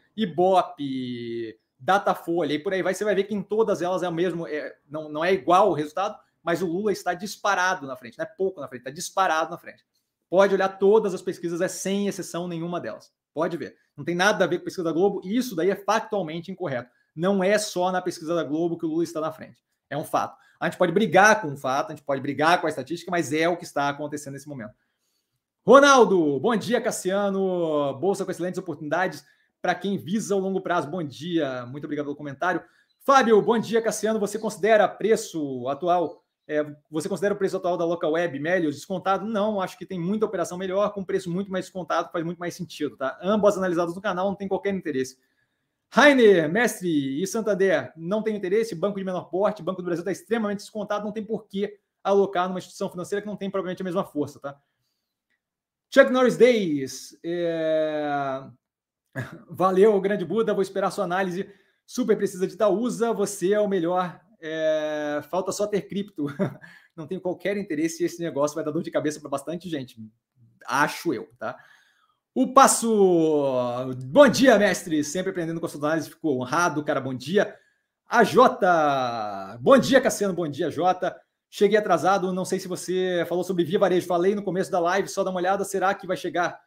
Speaker 1: Ibope, Datafolha, e por aí vai. Você vai ver que em todas elas é o mesmo, é, não, não é igual o resultado, mas o Lula está disparado na frente. Não é pouco na frente, está disparado na frente. Pode olhar todas as pesquisas, é sem exceção nenhuma delas. Pode ver. Não tem nada a ver com a pesquisa da Globo, e isso daí é factualmente incorreto. Não é só na pesquisa da Globo que o Lula está na frente. É um fato. A gente pode brigar com o fato, a gente pode brigar com a estatística, mas é o que está acontecendo nesse momento. Ronaldo, bom dia, Cassiano. Bolsa com excelentes oportunidades para quem visa o longo prazo. Bom dia, muito obrigado pelo comentário. Fábio, bom dia, Cassiano. Você considera preço atual, é, você considera o preço atual da Local Web Melios descontado? Não, acho que tem muita operação melhor, com preço muito mais descontado, faz muito mais sentido, tá? Ambas analisadas no canal, não tem qualquer interesse. Rainer, mestre e Santander, não tem interesse, banco de menor porte, Banco do Brasil está extremamente descontado, não tem por que alocar numa instituição financeira que não tem provavelmente a mesma força, tá? Chuck Norris Days, é... valeu, grande Buda, vou esperar sua análise, super precisa de Itaúsa, você é o melhor, é... falta só ter cripto, não tenho qualquer interesse, esse negócio vai dar dor de cabeça para bastante gente, acho eu, tá? O Passo, bom dia, mestre, sempre aprendendo com a sua análise, ficou honrado, cara, bom dia. A Jota, bom dia, Cassiano, bom dia, Jota. Cheguei atrasado, não sei se você falou sobre Via Varejo, falei no começo da live, só dá uma olhada, será que vai chegar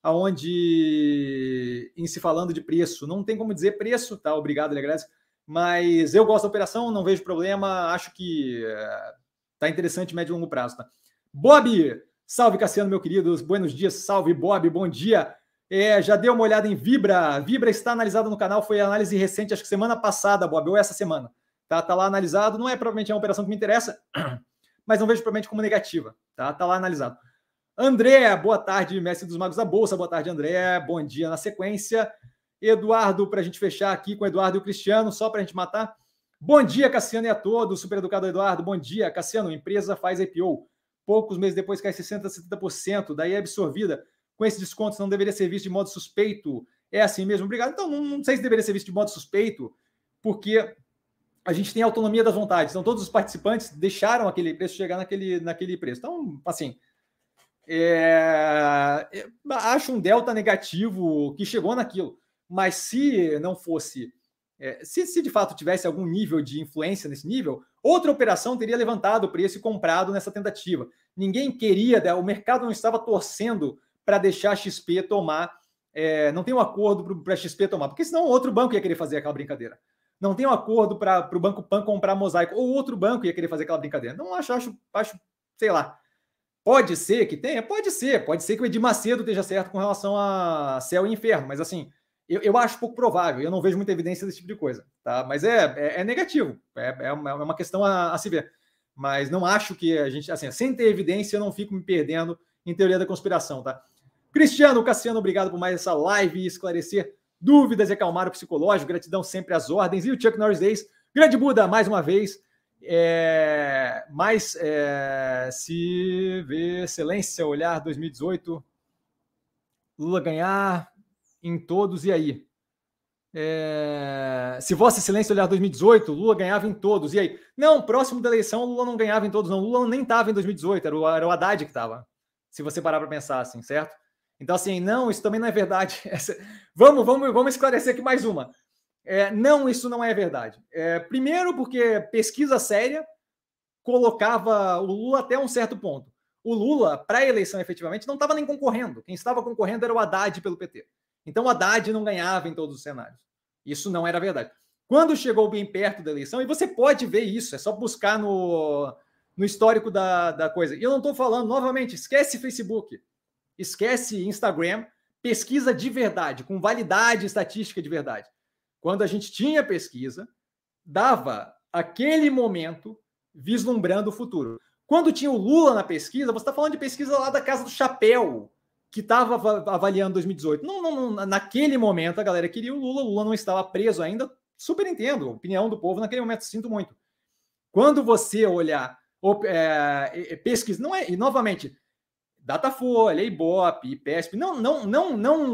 Speaker 1: aonde, em se falando de preço? Não tem como dizer preço, tá, obrigado, ele agradece, mas eu gosto da operação, não vejo problema, acho que é, tá interessante médio e longo prazo, tá? Bob, salve, Cassiano, meu querido, buenos dias, salve, Bob, bom dia. É, já deu uma olhada em Vibra, Vibra está analisada no canal, foi análise recente, acho que semana passada, Bob, ou essa semana. Tá, tá lá analisado, não é provavelmente uma operação que me interessa, mas não vejo provavelmente como negativa, tá? Tá lá analisado. André, boa tarde, mestre dos magos da Bolsa, boa tarde, André, bom dia na sequência. Eduardo, para a gente fechar aqui com o Eduardo e o Cristiano, só para a gente matar. Bom dia, Cassiano e a todos, super educado Eduardo, bom dia, Cassiano, empresa faz I P O, poucos meses depois cai sessenta por cento, setenta por cento, daí é absorvida, com esse desconto não deveria ser visto de modo suspeito, é assim mesmo, obrigado. Então, não, não sei se deveria ser visto de modo suspeito, porque a gente tem autonomia das vontades. Então, todos os participantes deixaram aquele preço chegar naquele, naquele preço. Então, assim, é, acho um delta negativo que chegou naquilo. Mas se não fosse, é, se, se de fato tivesse algum nível de influência nesse nível, outra operação teria levantado o preço e comprado nessa tentativa. Ninguém queria, o mercado não estava torcendo para deixar a X P tomar, é, não tem um acordo para a X P tomar, porque senão outro banco ia querer fazer aquela brincadeira. Não tem um acordo para o Banco Pan comprar Mosaico, ou outro banco ia querer fazer aquela brincadeira. Não acho, acho, acho, sei lá. Pode ser que tenha? Pode ser. Pode ser que o Edir Macedo esteja certo com relação a céu e inferno, mas assim, eu, eu acho pouco provável, eu não vejo muita evidência desse tipo de coisa, tá? Mas é, é, é negativo, é, é, uma, é uma questão a, a se ver. Mas não acho que a gente, assim, sem ter evidência, eu não fico me perdendo em teoria da conspiração, tá? Cristiano Cassiano, obrigado por mais essa live e esclarecer dúvidas e acalmar o psicológico. Gratidão sempre às ordens. E o Chuck Norris Days, grande Buda, mais uma vez. É, mas é, se vê excelência, olhar dois mil e dezoito, Lula ganhar em todos, e aí? É, se Vossa Excelência olhar dois mil e dezoito, Lula ganhava em todos, e aí? Não, próximo da eleição, Lula não ganhava em todos, não. Lula nem estava em dois mil e dezoito, era o, era o Haddad que estava, se você parar para pensar assim, certo? Então, assim, não, isso também não é verdade. Essa, vamos, vamos, vamos esclarecer aqui mais uma. É, não, isso não é verdade. É, primeiro, porque pesquisa séria colocava o Lula até um certo ponto. O Lula, para a eleição, efetivamente, não estava nem concorrendo. Quem estava concorrendo era o Haddad pelo P T. Então, o Haddad não ganhava em todos os cenários. Isso não era verdade. Quando chegou bem perto da eleição, e você pode ver isso, é só buscar no, no histórico da, da coisa. E eu não estou falando, novamente, esquece Facebook, esquece Instagram, pesquisa de verdade, com validade estatística de verdade. Quando a gente tinha pesquisa, dava aquele momento vislumbrando o futuro. Quando tinha o Lula na pesquisa, você está falando de pesquisa lá da Casa do Chapéu, que estava avaliando dois mil e dezoito. Não, não, não, naquele momento a galera queria o Lula, o Lula não estava preso ainda. Super entendo, a opinião do povo naquele momento, sinto muito. Quando você olhar, é, pesquisa, não é, e novamente, Datafolha, Ibope, IPESP, não, não, não, não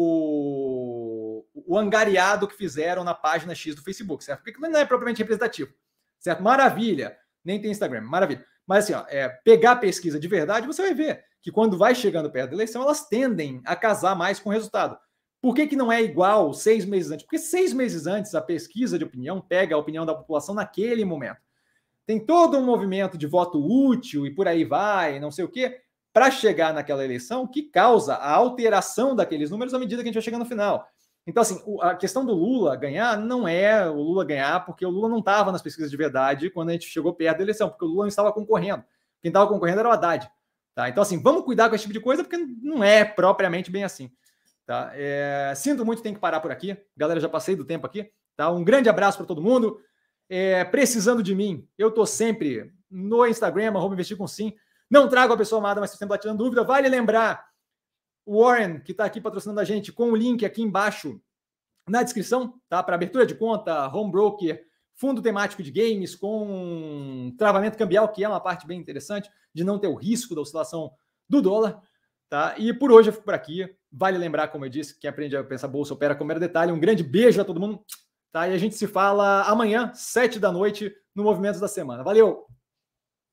Speaker 1: o, o angariado que fizeram na página X do Facebook, certo? Porque aquilo não é propriamente representativo, certo? Maravilha, nem tem Instagram, maravilha. Mas assim, ó, é, pegar a pesquisa de verdade, você vai ver que quando vai chegando perto da eleição, elas tendem a casar mais com o resultado. Por que que não é igual seis meses antes? Porque seis meses antes a pesquisa de opinião pega a opinião da população naquele momento. Tem todo um movimento de voto útil e por aí vai, não sei o quê, para chegar naquela eleição que causa a alteração daqueles números à medida que a gente vai chegando no final. Então, assim, a questão do Lula ganhar não é o Lula ganhar porque o Lula não estava nas pesquisas de verdade quando a gente chegou perto da eleição, porque o Lula não estava concorrendo. Quem estava concorrendo era o Haddad. Tá? Então, assim, vamos cuidar com esse tipo de coisa porque não é propriamente bem assim. Tá? É, sinto muito, tem que parar por aqui. Galera, já passei do tempo aqui. Tá? Um grande abraço para todo mundo. É, precisando de mim, eu estou sempre no Instagram, arroba investir com sim. Não trago a pessoa amada, mas estou sempre tirando dúvida. Vale lembrar o Warren, que está aqui patrocinando a gente, com o link aqui embaixo na descrição, tá? Para abertura de conta, home broker, fundo temático de games, com travamento cambial, que é uma parte bem interessante, de não ter o risco da oscilação do dólar. Tá? E por hoje eu fico por aqui. Vale lembrar, como eu disse, quem aprende a pensar bolsa opera com mero detalhe. Um grande beijo a todo mundo. Tá? E a gente se fala amanhã, sete da noite, no Movimentos da Semana. Valeu!